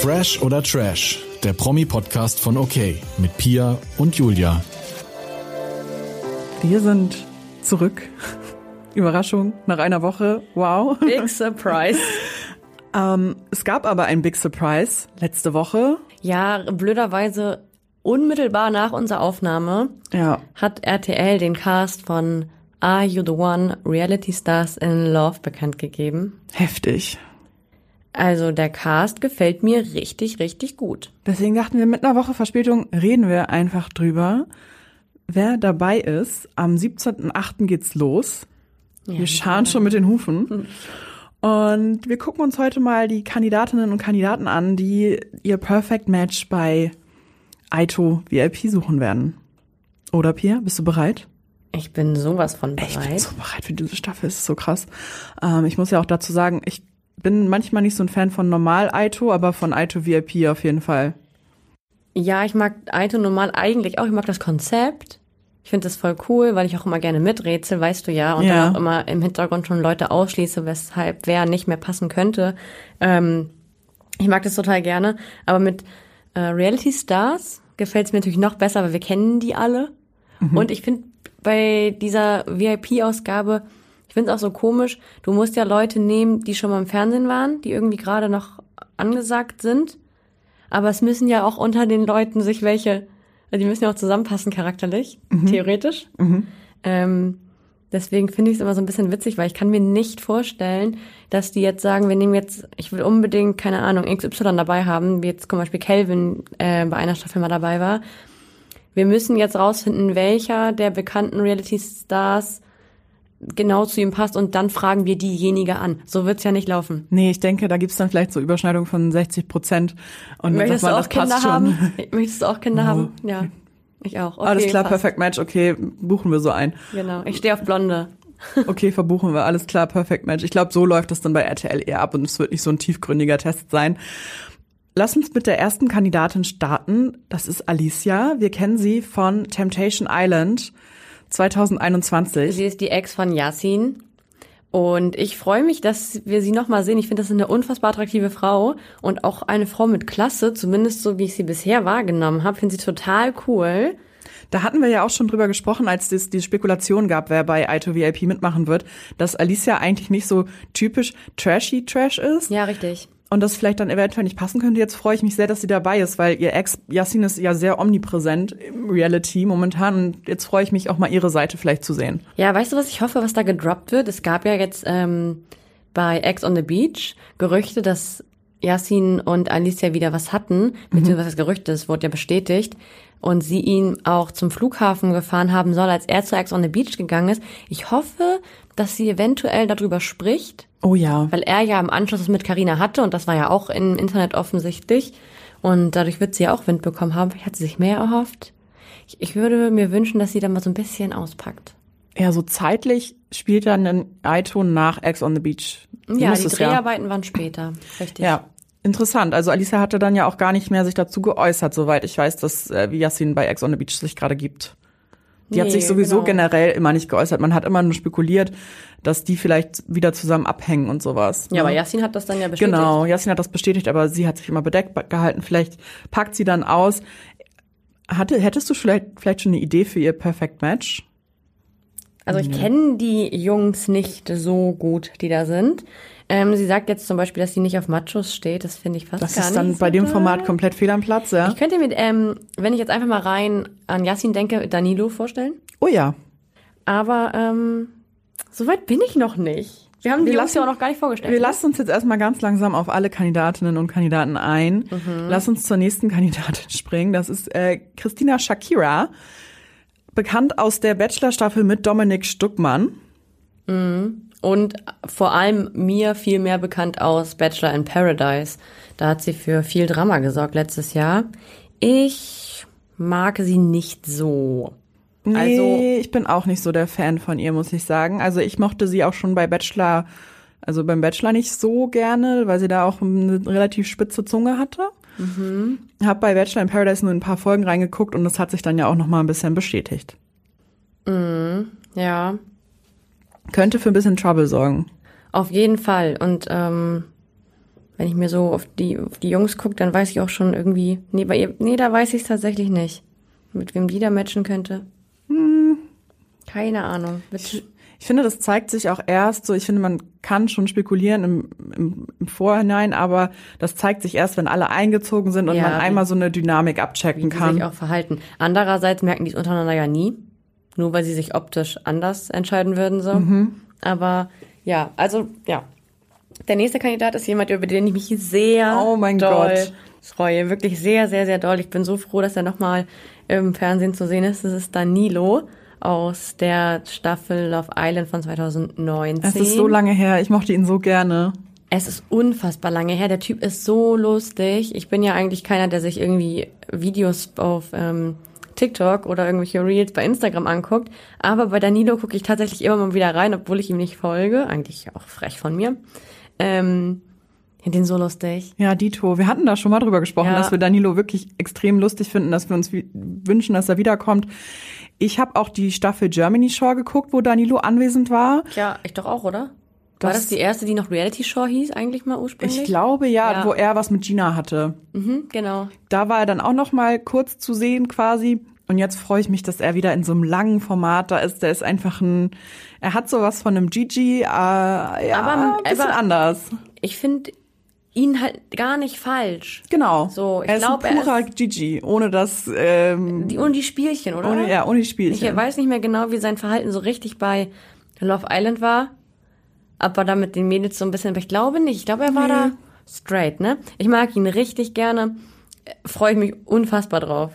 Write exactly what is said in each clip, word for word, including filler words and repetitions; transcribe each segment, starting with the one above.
Fresh oder Trash, der Promi-Podcast von OK mit Pia und Julia. Wir sind zurück. Überraschung, nach einer Woche. Wow. Big Surprise. ähm, es gab aber ein Big Surprise letzte Woche. Ja, blöderweise unmittelbar nach unserer Aufnahme ja. hat R T L den Cast von Are You the One? Reality Stars in Love bekannt gegeben. Heftig. Also der Cast gefällt mir richtig, richtig gut. Deswegen dachten wir, mit einer Woche Verspätung reden wir einfach drüber, wer dabei ist. Am siebzehnten achten geht's los. Ja, wir scharen schon mit den Hufen. Hm. Und wir gucken uns heute mal die Kandidatinnen und Kandidaten an, die ihr Perfect Match bei Aito V I P suchen werden. Oder Pia, bist du bereit? Ich bin sowas von bereit. Ich bin so bereit für diese Staffel, es ist so krass. Ähm, ich muss ja auch dazu sagen, ich bin manchmal nicht so ein Fan von normal Aito, aber von Aito V I P auf jeden Fall. Ja, ich mag Aito normal eigentlich auch. Ich mag das Konzept. Ich finde das voll cool, weil ich auch immer gerne miträtsel, weißt du ja. Und ja. dann auch immer im Hintergrund schon Leute ausschließe, weshalb wer nicht mehr passen könnte. Ähm, ich mag das total gerne. Aber mit äh, Reality Stars gefällt es mir natürlich noch besser, weil wir kennen die alle. Mhm. Und ich finde bei dieser V I P-Ausgabe, ich finde es auch so komisch, du musst ja Leute nehmen, die schon mal im Fernsehen waren, die irgendwie gerade noch angesagt sind. Aber es müssen ja auch unter den Leuten sich welche, die müssen ja auch zusammenpassen charakterlich, mhm. theoretisch. Mhm. Ähm, deswegen finde ich es immer so ein bisschen witzig, weil ich kann mir nicht vorstellen, dass die jetzt sagen, wir nehmen jetzt, ich will unbedingt, keine Ahnung, X Y dabei haben, wie jetzt zum Beispiel Calvin äh, bei einer Staffel mal dabei war. Wir müssen jetzt rausfinden, welcher der bekannten Reality-Stars genau zu ihm passt und dann fragen wir diejenige an. So wird's ja nicht laufen. Nee, ich denke, da gibt's dann vielleicht so Überschneidung von sechzig Prozent. Und möchtest man, du auch das Kinder passt haben? schon. Möchtest du auch Kinder oh. haben? Ja, ich auch. Okay, alles klar, passt. Perfect Match, okay, buchen wir so ein. Genau, ich stehe auf Blonde. Okay, verbuchen wir, alles klar, Perfect Match. Ich glaube, so läuft das dann bei R T L eher ab und es wird nicht so ein tiefgründiger Test sein. Lass uns mit der ersten Kandidatin starten. Das ist Alicia. Wir kennen sie von Temptation Island zwanzig einundzwanzig. Sie ist die Ex von Yasin. Und ich freue mich, dass wir sie nochmal sehen. Ich finde, das ist eine unfassbar attraktive Frau und auch eine Frau mit Klasse, zumindest so, wie ich sie bisher wahrgenommen habe. Finde sie total cool. Da hatten wir ja auch schon drüber gesprochen, als es die Spekulation gab, wer bei Aito V I P mitmachen wird, dass Alicia eigentlich nicht so typisch trashy Trash ist. Ja, richtig. Und das vielleicht dann eventuell nicht passen könnte. Jetzt freue ich mich sehr, dass sie dabei ist, weil ihr Ex Yasin ist ja sehr omnipräsent im Reality momentan. Und jetzt freue ich mich auch mal ihre Seite vielleicht zu sehen. Ja, weißt du, was ich hoffe, was da gedroppt wird? Es gab ja jetzt ähm, bei Ex on the Beach Gerüchte, dass Yasin und Alicia wieder was hatten. Mhm. Beziehungsweise das Gerücht, das wurde ja bestätigt. Und sie ihn auch zum Flughafen gefahren haben soll, als er zu Ex on the Beach gegangen ist. Ich hoffe, dass sie eventuell darüber spricht. Oh ja. Weil er ja im Anschluss das mit Carina hatte und das war ja auch im Internet offensichtlich. Und dadurch wird sie ja auch Wind bekommen haben. Vielleicht hat sie sich mehr erhofft. Ich, ich würde mir wünschen, dass sie da mal so ein bisschen auspackt. Ja, so zeitlich spielt dann ein Aito nach Ex on the Beach. So ja, die Dreharbeiten ja. waren später. Richtig. Ja. Interessant. Also Alicia hatte dann ja auch gar nicht mehr sich dazu geäußert, soweit ich weiß, dass äh, wie Yasin bei Ex on the Beach sich gerade gibt. Die nee, hat sich sowieso genau. generell immer nicht geäußert. Man hat immer nur spekuliert, dass die vielleicht wieder zusammen abhängen und sowas. Ja, ne? aber Yasin hat das dann ja bestätigt. Genau, Yasin hat das bestätigt, aber sie hat sich immer bedeckt gehalten. Vielleicht packt sie dann aus. Hatte, hättest du vielleicht, vielleicht schon eine Idee für ihr Perfect Match? Also ich nee. kenne die Jungs nicht so gut, die da sind. Ähm, sie sagt jetzt zum Beispiel, dass sie nicht auf Machos steht. Das finde ich fast das gar nicht. Das ist dann so bei dem toll. Format komplett fehl am Platz, ja? Ich könnte mir, ähm, wenn ich jetzt einfach mal rein an Yasin denke, Danilo vorstellen. Oh ja. Aber ähm, so weit bin ich noch nicht. Wir haben die wir Jungs ja auch noch gar nicht vorgestellt. Wir lassen uns jetzt erstmal ganz langsam auf alle Kandidatinnen und Kandidaten ein. Mhm. Lass uns zur nächsten Kandidatin springen. Das ist äh, Christina Shakira, bekannt aus der Bachelor-Staffel mit Dominik Stuckmann. Mhm. Und vor allem mir viel mehr bekannt aus Bachelor in Paradise. Da hat sie für viel Drama gesorgt letztes Jahr. Ich mag sie nicht so. Nee, also, ich bin auch nicht so der Fan von ihr, muss ich sagen. Also ich mochte sie auch schon bei Bachelor, also beim Bachelor nicht so gerne, weil sie da auch eine relativ spitze Zunge hatte. Mhm. Hab bei Bachelor in Paradise nur ein paar Folgen reingeguckt und das hat sich dann ja auch noch mal ein bisschen bestätigt. Mhm, ja. Könnte für ein bisschen Trouble sorgen. Auf jeden Fall. Und ähm, wenn ich mir so auf die, auf die Jungs gucke, dann weiß ich auch schon irgendwie, nee, bei ihr, nee, da weiß ich es tatsächlich nicht. Mit wem die da matchen könnte. Hm. Keine Ahnung. Ich, ich finde, das zeigt sich auch erst so, ich finde, man kann schon spekulieren im, im, im Vorhinein, aber das zeigt sich erst, wenn alle eingezogen sind und ja, man einmal so eine Dynamik abchecken wie die kann. sich auch verhalten. Andererseits merken die es untereinander ja nie, nur weil sie sich optisch anders entscheiden würden, so. Mhm. Aber, ja, also, ja. Der nächste Kandidat ist jemand, über den ich mich sehr oh mein doll Gott. freue. Wirklich sehr, sehr, sehr doll. Ich bin so froh, dass er nochmal im Fernsehen zu sehen ist. Das ist Danilo aus der Staffel Love Island von zwanzig neunzehn. Es ist so lange her. Ich mochte ihn so gerne. Es ist unfassbar lange her. Der Typ ist so lustig. Ich bin ja eigentlich keiner, der sich irgendwie Videos auf ähm, TikTok oder irgendwelche Reels bei Instagram anguckt. Aber bei Danilo gucke ich tatsächlich immer mal wieder rein, obwohl ich ihm nicht folge. Eigentlich auch frech von mir. Ähm, ich finde den so lustig. Ja, Dito. Wir hatten da schon mal drüber gesprochen, ja. dass wir Danilo wirklich extrem lustig finden, dass wir uns wie- wünschen, dass er wiederkommt. Ich habe auch die Staffel Germany Shore geguckt, wo Danilo anwesend war. Ja, ich doch auch, oder? Das, war das die erste, die noch Reality Show hieß, eigentlich mal ursprünglich? Ich glaube ja, ja, wo er was mit Gina hatte. Mhm, genau. Da war er dann auch noch mal kurz zu sehen quasi. Und jetzt freue ich mich, dass er wieder in so einem langen Format da ist. Der ist einfach ein, er hat sowas von einem Gigi, äh, ja, aber, ein bisschen aber anders. Ich finde ihn halt gar nicht falsch. Genau. So, ich er glaube, ist ein purer er ist Gigi, ohne das, ähm, die, ohne die Spielchen, oder? Ohne, ja, ohne die Spielchen. Ich weiß nicht mehr genau, wie sein Verhalten so richtig bei Love Island war. Aber da mit den Mädels so ein bisschen, aber ich glaube nicht. Ich glaube, er war Nee. da straight, ne? Ich mag ihn richtig gerne. Freue ich mich unfassbar drauf.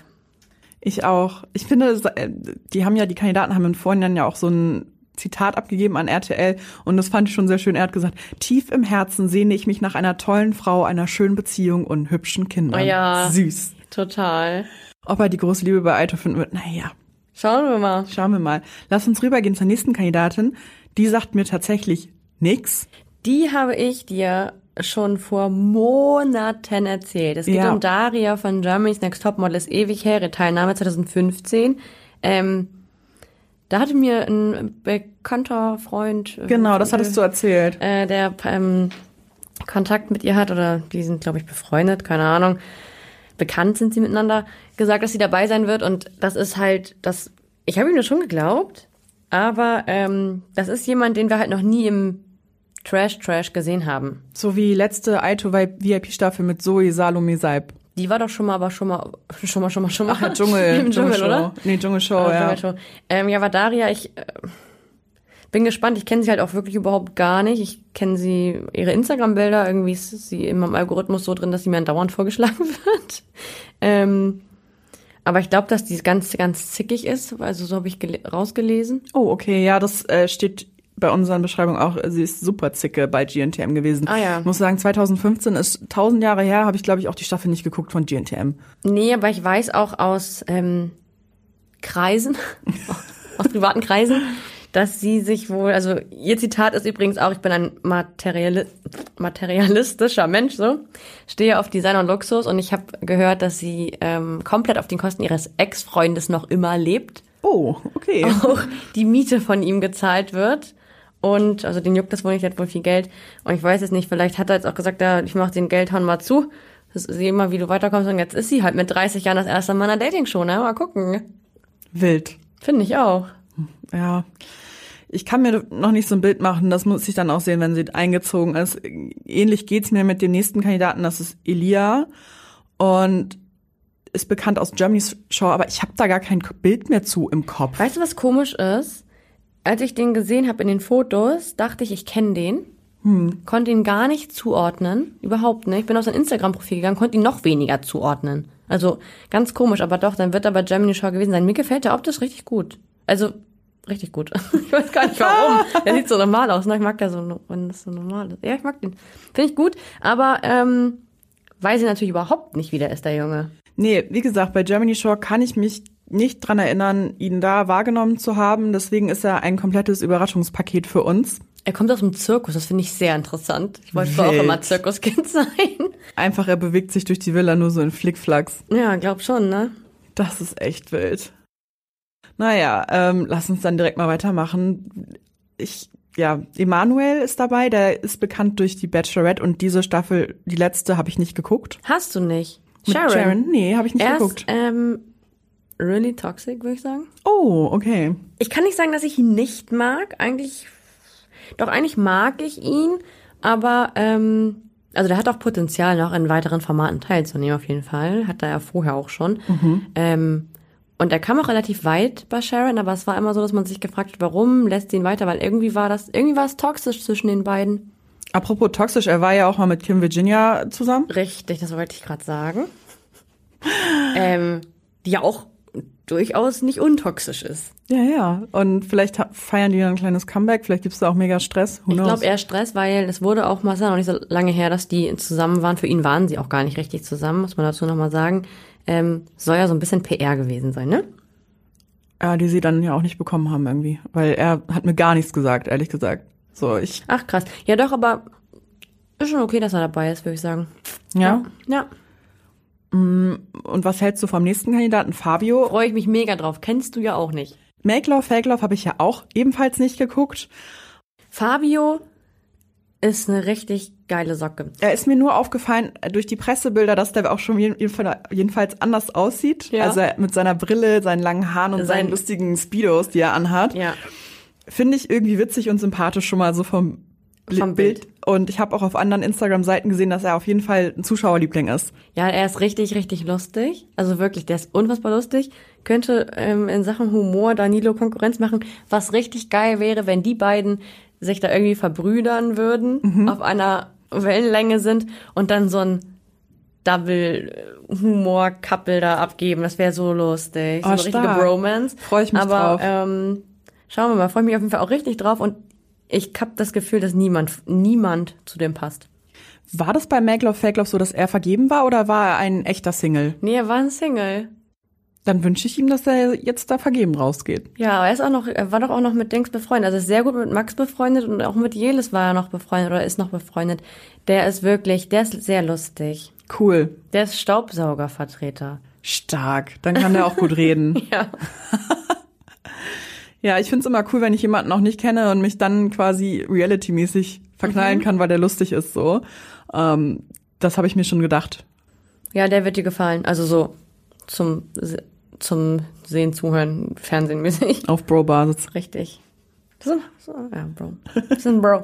Ich auch. Ich finde, die haben ja, die Kandidaten haben im Vorhinein ja auch so ein Zitat abgegeben an R T L und das fand ich schon sehr schön. Er hat gesagt, tief im Herzen sehne ich mich nach einer tollen Frau, einer schönen Beziehung und hübschen Kindern. Oh ja. Süß. Total. Ob er die große Liebe bei Aito finden wird, naja. Schauen wir mal. Schauen wir mal. Lass uns rübergehen zur nächsten Kandidatin. Die sagt mir tatsächlich nix. Die habe ich dir schon vor Monaten erzählt. Es geht Ja. um Daria von Germany's Next Topmodel, ist ewig her, ihre Teilnahme zwanzig fünfzehn. Ähm, da hatte mir ein bekannter Freund, äh, Genau, das hattest du erzählt. äh, der ähm, Kontakt mit ihr hat, oder die sind, glaube ich, befreundet, keine Ahnung, bekannt sind sie miteinander, gesagt, dass sie dabei sein wird. Und das ist halt, das, ich habe ihm das schon geglaubt, aber ähm, das ist jemand, den wir halt noch nie im Trash-Trash gesehen haben. So wie letzte Aito V I P-Staffel mit Zoe Salome Seib. Die war doch schon mal, aber schon mal, schon mal, schon mal, schon mal. Ach, ja, Dschungel. Im Dschungel, Dschungelshow. oder? Nee, Dschungelshow, Ah, ja. Dschungelshow. Ähm, ja, aber Daria, ich äh, bin gespannt. Ich kenne sie halt auch wirklich überhaupt gar nicht. Ich kenne sie, ihre Instagram-Bilder. Irgendwie ist sie in meinem Algorithmus so drin, dass sie mir andauernd vorgeschlagen wird. ähm, aber ich glaube, dass die ganz, ganz zickig ist. Also so habe ich gele- rausgelesen. Oh, okay, ja, das äh, steht bei unseren Beschreibungen auch. Sie ist super zicke bei G N T M gewesen. Ah ja. Ich muss sagen, zwanzig fünfzehn ist tausend Jahre her, habe ich, glaube ich, auch die Staffel nicht geguckt von G N T M. Nee, aber ich weiß auch aus ähm, Kreisen, aus privaten Kreisen, dass sie sich wohl, also ihr Zitat ist übrigens auch, ich bin ein Materiali- materialistischer Mensch, so, stehe auf Design und Luxus und ich habe gehört, dass sie ähm, komplett auf den Kosten ihres Ex-Freundes noch immer lebt. Oh, okay. Auch die Miete von ihm gezahlt wird. Und, also den juckt das wohl nicht, der hat wohl viel Geld. Und ich weiß es nicht, vielleicht hat er jetzt auch gesagt, ja, ich mach den Geldhahn mal zu. Das ist immer, wie du weiterkommst. Und jetzt ist sie halt mit dreißig Jahren das erste Mal in einer Dating-Show, ne? Mal gucken. Wild. Finde ich auch. Ja. Ich kann mir noch nicht so ein Bild machen, das muss ich dann auch sehen, wenn sie eingezogen ist. Ähnlich geht's mir mit dem nächsten Kandidaten, das ist Elia. Und ist bekannt aus Germany's Show, aber ich habe da gar kein Bild mehr zu im Kopf. Weißt du, was komisch ist? Als ich den gesehen habe in den Fotos, dachte ich, ich kenne den. Hm. Konnte ihn gar nicht zuordnen. Überhaupt nicht. Ich bin auf sein Instagram-Profil gegangen, konnte ihn noch weniger zuordnen. Also ganz komisch, aber doch, dann wird er bei Germany's Show gewesen sein. Mir gefällt der optisch richtig gut. Also richtig gut. Ich weiß gar nicht warum. Der sieht so normal aus. Ne? Ich mag der so, wenn das so normal ist. Ja, ich mag den. Finde ich gut. Aber ähm, weiß ich natürlich überhaupt nicht, wie der ist, der Junge. Nee, wie gesagt, bei Germany Shore kann ich mich nicht dran erinnern, ihn da wahrgenommen zu haben. Deswegen ist er ein komplettes Überraschungspaket für uns. Er kommt aus dem Zirkus, das finde ich sehr interessant. Ich wollte auch immer Zirkuskind sein. Einfach, er bewegt sich durch die Villa nur so in Flickflacks. Ja, glaub schon, ne? Das ist echt wild. Naja, ähm, lass uns dann direkt mal weitermachen. Ich ja, Emanuel ist dabei, der ist bekannt durch die Bachelorette und diese Staffel, die letzte, habe ich nicht geguckt. Hast du nicht? Mit Sharon? Sharon? Nee, habe ich nicht er geguckt. Ist, ähm, really toxic, würde ich sagen. Oh, okay. Ich kann nicht sagen, dass ich ihn nicht mag. Eigentlich, doch eigentlich mag ich ihn, aber ähm, also der hat auch Potenzial, noch in weiteren Formaten teilzunehmen auf jeden Fall. Hat er ja vorher auch schon. Mhm. Ähm, und er kam auch relativ weit bei Sharon, aber es war immer so, dass man sich gefragt hat, warum lässt sie ihn weiter? Weil irgendwie war das, irgendwie war es toxisch zwischen den beiden. Apropos toxisch, er war ja auch mal mit Kim Virginia zusammen. Richtig, das wollte ich gerade sagen. ähm, die ja auch durchaus nicht untoxisch ist. Ja, ja. Und vielleicht ha- feiern die dann ein kleines Comeback, vielleicht gibt's da auch mega Stress. Who Ich knows? glaube eher Stress, weil es wurde auch mal noch nicht so lange her, dass die zusammen waren. Für ihn waren sie auch gar nicht richtig zusammen, muss man dazu nochmal sagen. Ähm, soll ja so ein bisschen P R gewesen sein, ne? Ja, die sie dann ja auch nicht bekommen haben irgendwie. Weil er hat mir gar nichts gesagt, ehrlich gesagt. So, ich. Ach krass. Ja doch, aber ist schon okay, dass er dabei ist, würde ich sagen. Ja. Ja. Und was hältst du vom nächsten Kandidaten, Fabio? Freue ich mich mega drauf. Kennst du ja auch nicht. Make Love, Fake Love habe ich ja auch ebenfalls nicht geguckt. Fabio ist eine richtig geile Socke. Er ist mir nur aufgefallen äh, durch die Pressebilder, dass der auch schon jedenfalls anders aussieht. Ja. Also mit seiner Brille, seinen langen Haaren und Sein- seinen lustigen Speedos, die er anhat. Ja. Finde ich irgendwie witzig und sympathisch schon mal so vom, Bl- Vom Bild. Und ich habe auch auf anderen Instagram-Seiten gesehen, dass er auf jeden Fall ein Zuschauerliebling ist. Ja, er ist richtig, richtig lustig. Also wirklich, der ist unfassbar lustig. Könnte ähm, in Sachen Humor Danilo Konkurrenz machen. Was richtig geil wäre, wenn die beiden sich da irgendwie verbrüdern würden, Mhm. auf einer Wellenlänge sind und dann so ein Double-Humor-Couple da abgeben. Das wäre so lustig. Oh, so eine richtige stark. Bromance. Freu ich mich Aber, drauf. Ähm, schauen wir mal, freue mich auf jeden Fall auch richtig drauf. Und ich habe das Gefühl, dass niemand, niemand zu dem passt. War das bei Make Love, Fake Love so, dass er vergeben war oder war er ein echter Single? Nee, er war ein Single. Dann wünsche ich ihm, dass er jetzt da vergeben rausgeht. Ja, aber er ist auch noch, er war doch auch noch mit Dings befreundet. Also ist sehr gut mit Max befreundet und auch mit Jelis war er noch befreundet oder ist noch befreundet. Der ist wirklich, der ist sehr lustig. Cool. Der ist Staubsaugervertreter. Stark. Dann kann er auch gut reden. Ja. Ja, ich find's immer cool, wenn ich jemanden auch nicht kenne und mich dann quasi reality-mäßig verknallen Mhm. kann, weil der lustig ist so. Ähm, das habe ich mir schon gedacht. Ja, der wird dir gefallen. Also so zum, zum Sehen, Zuhören, Fernsehen mäßig. Auf Bro-Basis. Richtig. So, so, ja, Bro. Das ist ein Bro.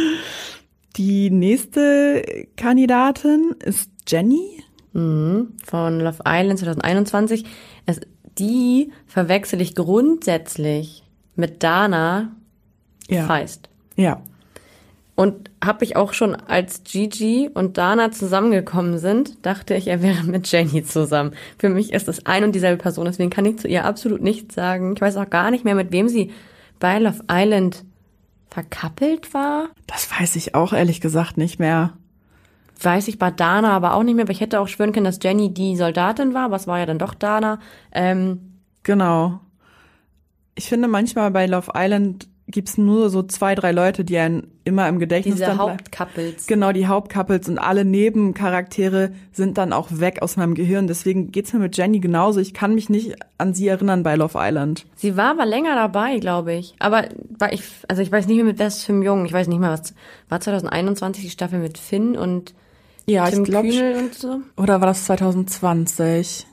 Die nächste Kandidatin ist Jenny. Mhm. Von Love Island zwanzig einundzwanzig. Es, die verwechsel ich grundsätzlich mit Dana Ja. Feist. Ja. Und habe ich auch schon, als Gigi und Dana zusammengekommen sind, dachte ich, er wäre mit Jenny zusammen. Für mich ist es ein und dieselbe Person, deswegen kann ich zu ihr absolut nichts sagen. Ich weiß auch gar nicht mehr, mit wem sie bei Love Island verkappelt war. Das weiß ich auch ehrlich gesagt nicht mehr. Weiß ich bei Dana aber auch nicht mehr, aber ich hätte auch schwören können, dass Jenny die Soldatin war, aber es war ja dann doch Dana. Ähm, Genau. Ich finde manchmal bei Love Island gibt's nur so zwei, drei Leute, die einen immer im Gedächtnis diese dann bleiben. Hauptcouples. Genau, die Hauptcouples und alle Nebencharaktere sind dann auch weg aus meinem Gehirn. Deswegen geht's mir mit Jenny genauso. Ich kann mich nicht an sie erinnern bei Love Island. Sie war aber länger dabei, glaube ich. Aber war ich, also ich weiß nicht mehr mit was für einem Jungen. Ich weiß nicht mehr, was war zwanzig einundzwanzig die Staffel mit Finn und Ja, Tim ich glaube. Kühnel und so. Oder war das zwanzig zwanzig?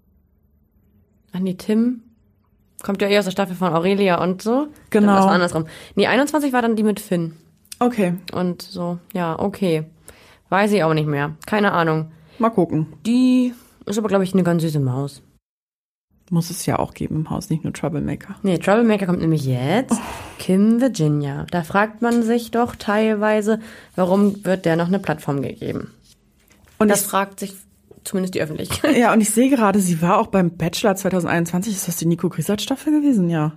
Ach nee, Tim kommt ja eher aus der Staffel von Aurelia und so. Genau. Das war andersrum. Nee, einundzwanzig war dann die mit Finn. Okay, Und so, ja, okay. Weiß ich auch nicht mehr. Keine Ahnung. mal gucken. Die ist aber, glaube ich, eine ganz süße Maus. Muss es ja auch geben im Haus, nicht nur Troublemaker. Nee, Troublemaker kommt nämlich jetzt. Kim Virginia. Da fragt man sich doch teilweise, warum wird der noch eine Plattform gegeben? Und Das ich, fragt sich zumindest die Öffentlichkeit. ja, und ich sehe gerade, sie war auch beim Bachelor zwanzig einundzwanzig. Ist das die Nico Griesert-Staffel gewesen? Ja.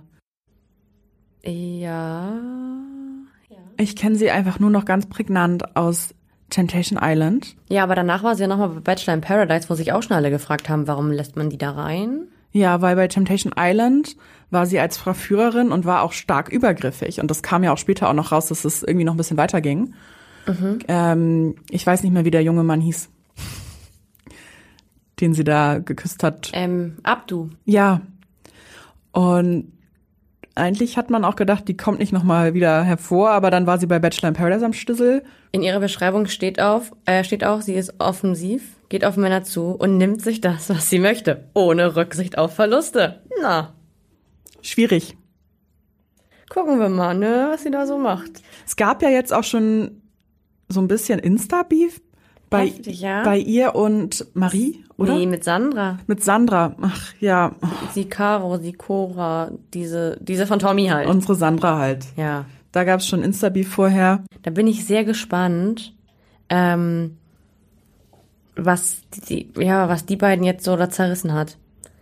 Ja. Ich kenne sie einfach nur noch ganz prägnant aus Temptation Island. Ja, aber danach war sie ja nochmal bei Bachelor in Paradise, wo sich auch schon alle gefragt haben, warum lässt man die da rein? Ja, weil bei Temptation Island war sie als Verführerin und war auch stark übergriffig. Und das kam ja auch später auch noch raus, dass es irgendwie noch ein bisschen weiterging. Mhm. Ähm, ich weiß nicht mehr, wie der junge Mann hieß, den sie da geküsst hat. Ähm, Abdu. Ja. Und eigentlich hat man auch gedacht, die kommt nicht nochmal wieder hervor, aber dann war sie bei Bachelor in Paradise am Stissel. In ihrer Beschreibung steht auf, äh, steht auch, sie ist offensiv, geht auf Männer zu und nimmt sich das, was sie möchte, ohne Rücksicht auf Verluste. Na. Schwierig. Gucken wir mal, ne, was sie da so macht. Es gab ja jetzt auch schon so ein bisschen Insta-Beef bei, Heftig, ja? bei ihr und Marie, oder? Nee, mit Sandra. Mit Sandra. Ach ja, Sie Caro, sie Cora, diese, diese von Tommy halt. unsere Sandra halt. Ja. Da gab es schon Insta-Beef vorher. Da bin ich sehr gespannt, ähm, was die, ja, was die beiden jetzt so da zerrissen hat.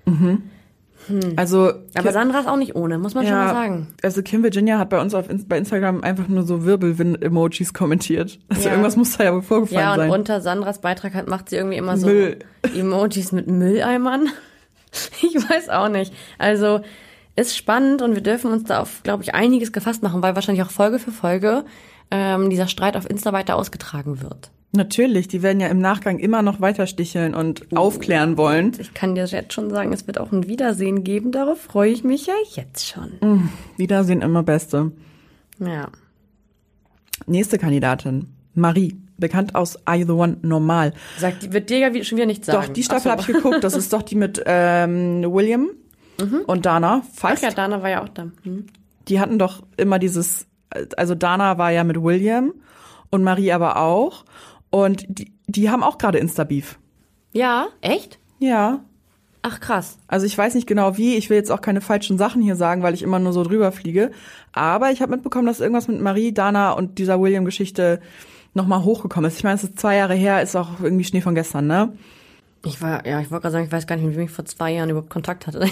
Also, Aber Sandra ist auch nicht ohne, muss man schon mal sagen. Also Kim Virginia hat bei uns auf bei Instagram einfach nur so Wirbelwind-Emojis kommentiert. Also Ja. irgendwas muss da ja wohl vorgefallen Ja, und sein. unter Sandras Beitrag hat, macht sie irgendwie immer so Müll. Emojis mit Mülleimern. Ich weiß auch nicht. Also, ist spannend und wir dürfen uns da auf, glaube ich, einiges gefasst machen, weil wahrscheinlich auch Folge für Folge ähm, dieser Streit auf Insta weiter ausgetragen wird. Natürlich, die werden ja im Nachgang immer noch weiter sticheln und Oh. aufklären wollen. Ich kann dir jetzt schon sagen, es wird auch ein Wiedersehen geben. Darauf freue ich mich ja jetzt schon. Wiedersehen immer Beste. Ja. Nächste Kandidatin, Marie, bekannt aus Are You the One Normal. Sagt, wird dir ja wie- schon wieder nichts sagen. Doch, die Staffel Ach habe so. ich geguckt. Das ist doch die mit ähm, William und Dana. Ach Fast. ja, Dana war ja auch da. Hm. Die hatten doch immer dieses, also Dana war ja mit William und Marie aber auch. Und die, die haben auch gerade Insta-Beef. Ja, echt? Ja. Ach krass. Also ich weiß nicht genau wie, ich will jetzt auch keine falschen Sachen hier sagen, weil ich immer nur so drüber fliege. Aber ich habe mitbekommen, dass irgendwas mit Marie, Dana und dieser William-Geschichte nochmal hochgekommen ist. Ich meine, es ist zwei Jahre her, ist auch irgendwie Schnee von gestern, ne? Ich war, ja, ich wollte gerade sagen, ich weiß gar nicht, mit wem ich vor zwei Jahren überhaupt Kontakt hatte.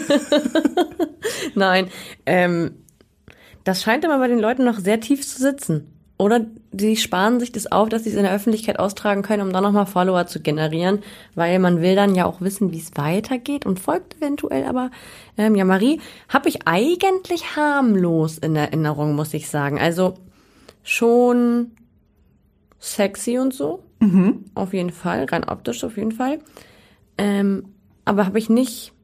Nein, ähm, das scheint immer bei den Leuten noch sehr tief zu sitzen. Oder die sparen sich das auf, dass sie es in der Öffentlichkeit austragen können, um dann nochmal Follower zu generieren, weil man will dann ja auch wissen, wie es weitergeht und folgt eventuell. Aber ähm, ja, Marie habe ich eigentlich harmlos in Erinnerung, muss ich sagen. Also schon sexy und so, Mhm. auf jeden Fall, rein optisch auf jeden Fall. Ähm, aber habe ich nicht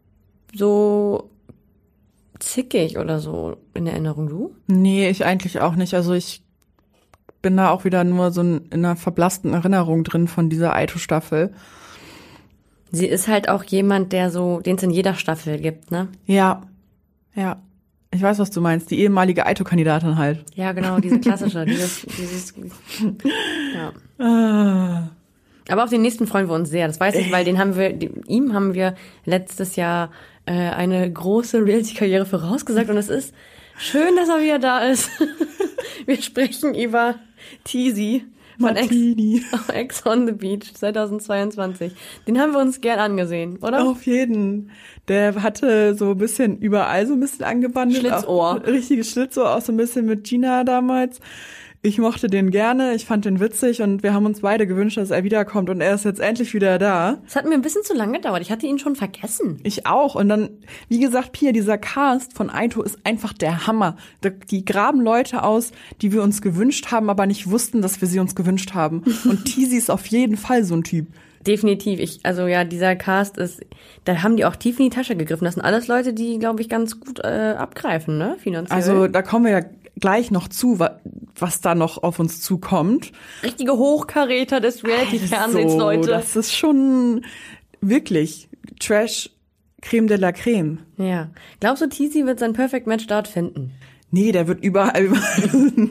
so zickig oder so in Erinnerung, du? Nee, ich eigentlich auch nicht. Also ich bin da auch wieder nur so in einer verblassten Erinnerung drin von dieser Aito-Staffel. Sie ist halt auch jemand, der so, den es in jeder Staffel gibt, ne? Ja, ja. Ich weiß, was du meinst. Die ehemalige Aito-Kandidatin halt. Ja, genau, diese klassische, dieses, dieses, ja. Ah. Aber auf den nächsten freuen wir uns sehr, das weiß ich, weil den haben wir, dem, ihm haben wir letztes Jahr äh, eine große Reality-Karriere vorausgesagt und es ist schön, dass er wieder da ist. Wir sprechen über Teasy von Ex, Martini. Ex on the Beach zweitausendzweiundzwanzig. Den haben wir uns gern angesehen, oder? Auf jeden. Der hatte so ein bisschen überall so ein bisschen angebandelt. Schlitzohr. Auch, richtiges Schlitzohr, auch so ein bisschen mit Gina damals. Ich mochte den gerne, ich fand den witzig und wir haben uns beide gewünscht, dass er wiederkommt und er ist jetzt endlich wieder da. Es hat mir ein bisschen zu lange gedauert. Ich hatte ihn schon vergessen. Ich auch. Und dann, wie gesagt, Pia, dieser Cast von Aito ist einfach der Hammer. Die graben Leute aus, die wir uns gewünscht haben, aber nicht wussten, dass wir sie uns gewünscht haben. Und Teasy ist auf jeden Fall so ein Typ. Definitiv. Ich, also ja, dieser Cast ist, da haben die auch tief in die Tasche gegriffen. Das sind alles Leute, die, glaube ich, ganz gut äh, abgreifen, ne, finanziell. Also da kommen wir ja gleich noch zu, was da noch auf uns zukommt. Richtige Hochkaräter des Reality-Fernsehens, so, Leute. Das ist schon wirklich Trash Creme de la Creme. Ja. Glaubst du, Teasy wird sein Perfect Match dort finden? Nee, der wird überall, überall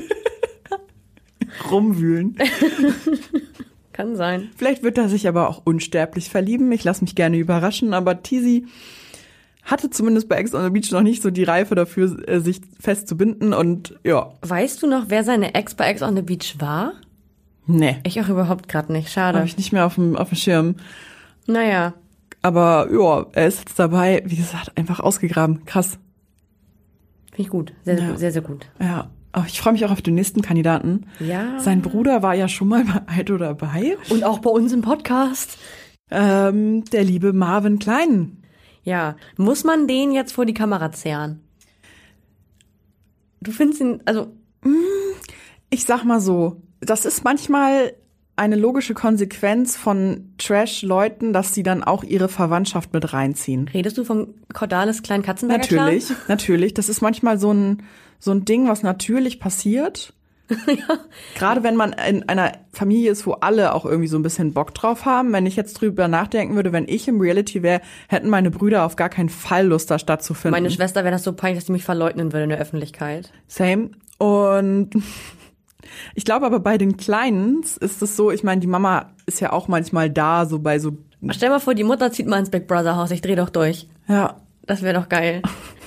rumwühlen. Kann sein. Vielleicht wird er sich aber auch unsterblich verlieben. Ich lasse mich gerne überraschen, aber Teasy hatte zumindest bei Ex on the Beach noch nicht so die Reife dafür, sich festzubinden und ja. Weißt du noch, wer seine Ex bei Ex on the Beach war? Nee, Ich auch überhaupt gerade nicht. Schade. habe ich nicht mehr auf dem, auf dem Schirm. Naja. Aber ja, er ist jetzt dabei, wie gesagt, einfach ausgegraben. Krass. Finde ich gut. Sehr, Ja. sehr, sehr gut. Ja, aber ich freue mich auch auf den nächsten Kandidaten. Ja. Sein Bruder war ja schon mal bei Aito dabei. Und auch bei uns im Podcast. Ähm, der liebe Marvin Klein. Ja. Muss man den jetzt vor die Kamera zerren? Du findest ihn, also, Ich sag mal so, das ist manchmal eine logische Konsequenz von Trash-Leuten, dass sie dann auch ihre Verwandtschaft mit reinziehen. Redest du vom Cordalis kleinen Katzenberger Natürlich, Clan? natürlich. Das ist manchmal so ein, so ein Ding, was natürlich passiert. Ja. Gerade wenn man in einer Familie ist, wo alle auch irgendwie so ein bisschen Bock drauf haben. Wenn ich jetzt drüber nachdenken würde, wenn ich im Reality wäre, hätten meine Brüder auf gar keinen Fall Lust, da stattzufinden. Meine Schwester wäre das so peinlich, dass sie mich verleugnen würde in der Öffentlichkeit. Same. Und ich glaube aber bei den Kleinen ist es so, ich meine, die Mama ist ja auch manchmal da, so bei so... Stell mal vor, die Mutter zieht mal ins Big Brother Haus, ich dreh doch durch. Ja. Das wäre doch geil.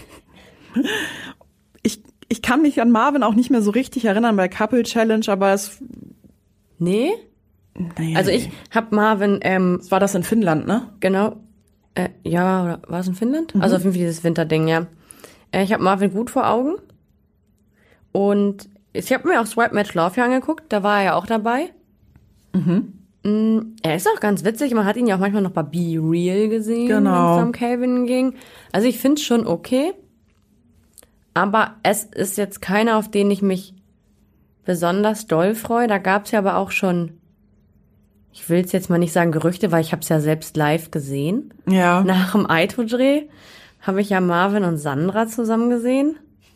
Ich Ich kann mich an Marvin auch nicht mehr so richtig erinnern bei Couple Challenge, aber es... Nee? nee. Also ich hab Marvin... Ähm, war das in Finnland, ne? Genau. Äh, ja, oder war es in Finnland? Mhm. Also auf jeden Fall dieses Winterding, ja. Äh, ich habe Marvin gut vor Augen. Und ich habe mir auch Swipe Match Love hier angeguckt, da war er ja auch dabei. Mhm. Mm, er ist auch ganz witzig, man hat ihn ja auch manchmal noch bei Be Real gesehen, genau. wenn es um Calvin ging. Also ich finde es schon okay. Aber es ist jetzt keiner, auf den ich mich besonders doll freue. Da gab es ja aber auch schon, ich will es jetzt mal nicht sagen Gerüchte, weil ich habe es ja selbst live gesehen. Ja. Nach dem Aito-Dreh habe ich ja Marvin und Sandra zusammen gesehen.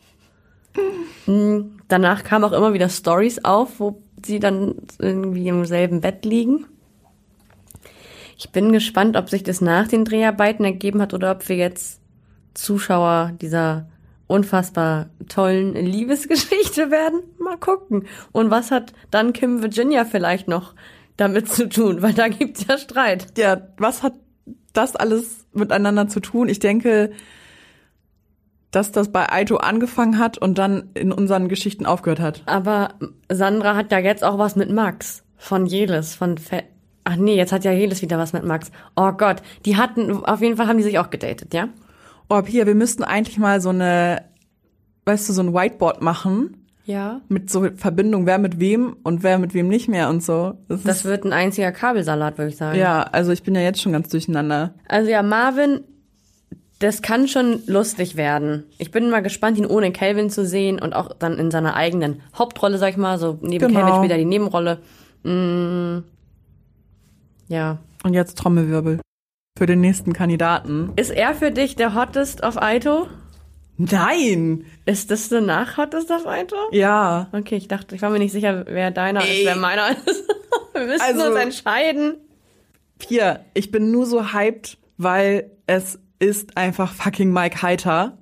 Mhm. Danach kamen auch immer wieder Stories auf, wo sie dann irgendwie im selben Bett liegen. Ich bin gespannt, ob sich das nach den Dreharbeiten ergeben hat oder ob wir jetzt Zuschauer dieser unfassbar tollen Liebesgeschichte werden. Mal gucken. Und was hat dann Kim Virginia vielleicht noch damit zu tun? Weil da gibt's ja Streit. Ja, was hat das alles miteinander zu tun? Ich denke, dass das bei Aito angefangen hat und dann in unseren Geschichten aufgehört hat. Aber Sandra hat ja jetzt auch was mit Max von Jelis, von Fe- Ach nee, jetzt hat ja Jelis wieder was mit Max. Oh Gott, die hatten, auf jeden Fall haben die sich auch gedatet, ja? Oh, Pia, wir müssten eigentlich mal so eine, weißt du, so ein Whiteboard machen. Ja. Mit so Verbindung, wer mit wem und wer mit wem nicht mehr und so. Das, das wird ein einziger Kabelsalat, würde ich sagen. Ja, also ich bin ja jetzt schon ganz durcheinander. Also ja, Marvin, das kann schon lustig werden. Ich bin mal gespannt, ihn ohne Calvin zu sehen und auch dann in seiner eigenen Hauptrolle, sag ich mal, so neben genau. Calvin spielt er die Nebenrolle. Mm, ja. Und jetzt Trommelwirbel für den nächsten Kandidaten. Ist er für dich der Hottest auf Aito? Nein! Ist das danach Hottest auf Aito? Ja. Okay, ich dachte, ich war mir nicht sicher, wer deiner Ey. ist, wer meiner ist. Wir müssen also, uns entscheiden. Pia, ich bin nur so hyped, weil es ist einfach fucking Mike Heiter.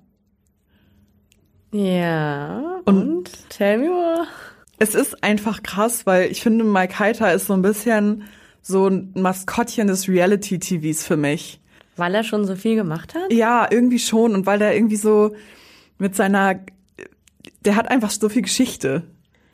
Ja, und, und tell me more. Es ist einfach krass, weil ich finde, Mike Heiter ist so ein bisschen so ein Maskottchen des Reality-T Vs für mich. Weil er schon so viel gemacht hat? Ja, irgendwie schon. Und weil der irgendwie so mit seiner, der hat einfach so viel Geschichte.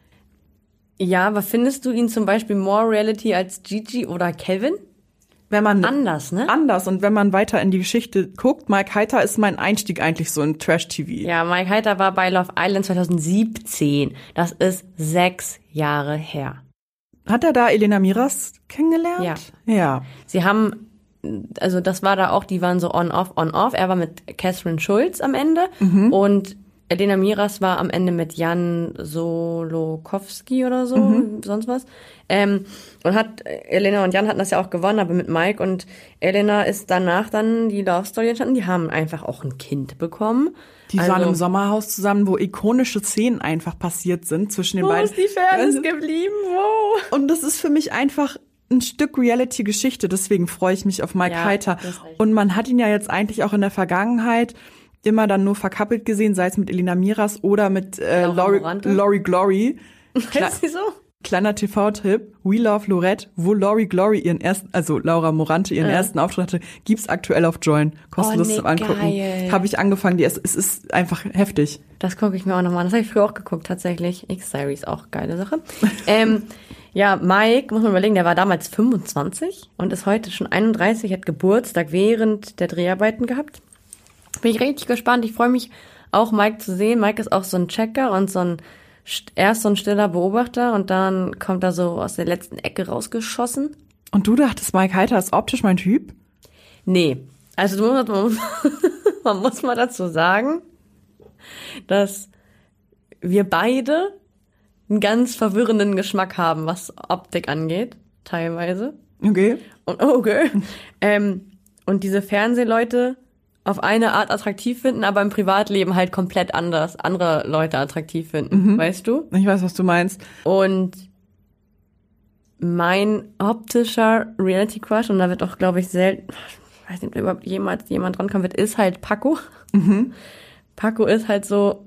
Ja, aber findest du ihn zum Beispiel more Reality als Gigi oder Kevin? Wenn man anders, ne? Anders. Und wenn man weiter in die Geschichte guckt, Mike Heiter ist mein Einstieg eigentlich so in Trash-T V. Ja, Mike Heiter war bei Love Island zwanzig siebzehn. Das ist sechs Jahre her. Hat er da Elena Miras kennengelernt? Ja. Ja. Sie haben, also das war da auch, die waren so on-off, on-off. Er war mit Catherine Schulz am Ende mhm. und Elena Miras war am Ende mit Jan Solokowski oder so, mhm. sonst was. Ähm, und hat, Elena und Jan hatten das ja auch gewonnen, aber mit Mike und Elena ist danach dann die Love Story entstanden. Die haben einfach auch ein Kind bekommen. Die also, waren im Sommerhaus zusammen, wo ikonische Szenen einfach passiert sind zwischen den wo beiden. Wo ist die Fairness also, geblieben? Wo? Und das ist für mich einfach ein Stück Reality-Geschichte, deswegen freue ich mich auf Mike ja, Heiter. Und man hat ihn ja jetzt eigentlich auch in der Vergangenheit immer dann nur verkappelt gesehen, sei es mit Elena Miras oder mit äh, Lori, Lori Glory. Heißt sie so? Kleiner T V-Tipp, We Love Lorette, wo Lori Glory ihren ersten, also Laura Morante ihren äh. ersten Auftritt hatte, gibt's aktuell auf Join. Kostenlos oh, nee, zum Angucken. Habe ich angefangen, die, es, es ist einfach heftig. Das gucke ich mir auch nochmal an. Das habe ich früher auch geguckt, tatsächlich. X-Series, auch geile Sache. ähm, ja, Mike, muss man überlegen, der war damals fünfundzwanzig und ist heute schon einunddreißig, hat Geburtstag während der Dreharbeiten gehabt. Bin ich richtig gespannt. Ich freue mich auch, Mike zu sehen. Mike ist auch so ein Checker und so ein, erst so ein stiller Beobachter und dann kommt er so aus der letzten Ecke rausgeschossen. Und du dachtest, Mike Heiter ist optisch mein Typ? Nee. Also man muss, man muss mal dazu sagen, dass wir beide einen ganz verwirrenden Geschmack haben, was Optik angeht. teilweise. Okay. Und, oh, okay. ähm, und diese Fernsehleute auf eine Art attraktiv finden, aber im Privatleben halt komplett anders andere Leute attraktiv finden, mhm. weißt du? Ich weiß, was du meinst. Und mein optischer Reality-Crush, und da wird auch, glaube ich, selten, ich weiß nicht, ob überhaupt jemals jemand drankommen wird, ist halt Paco. Mhm. Paco ist halt so,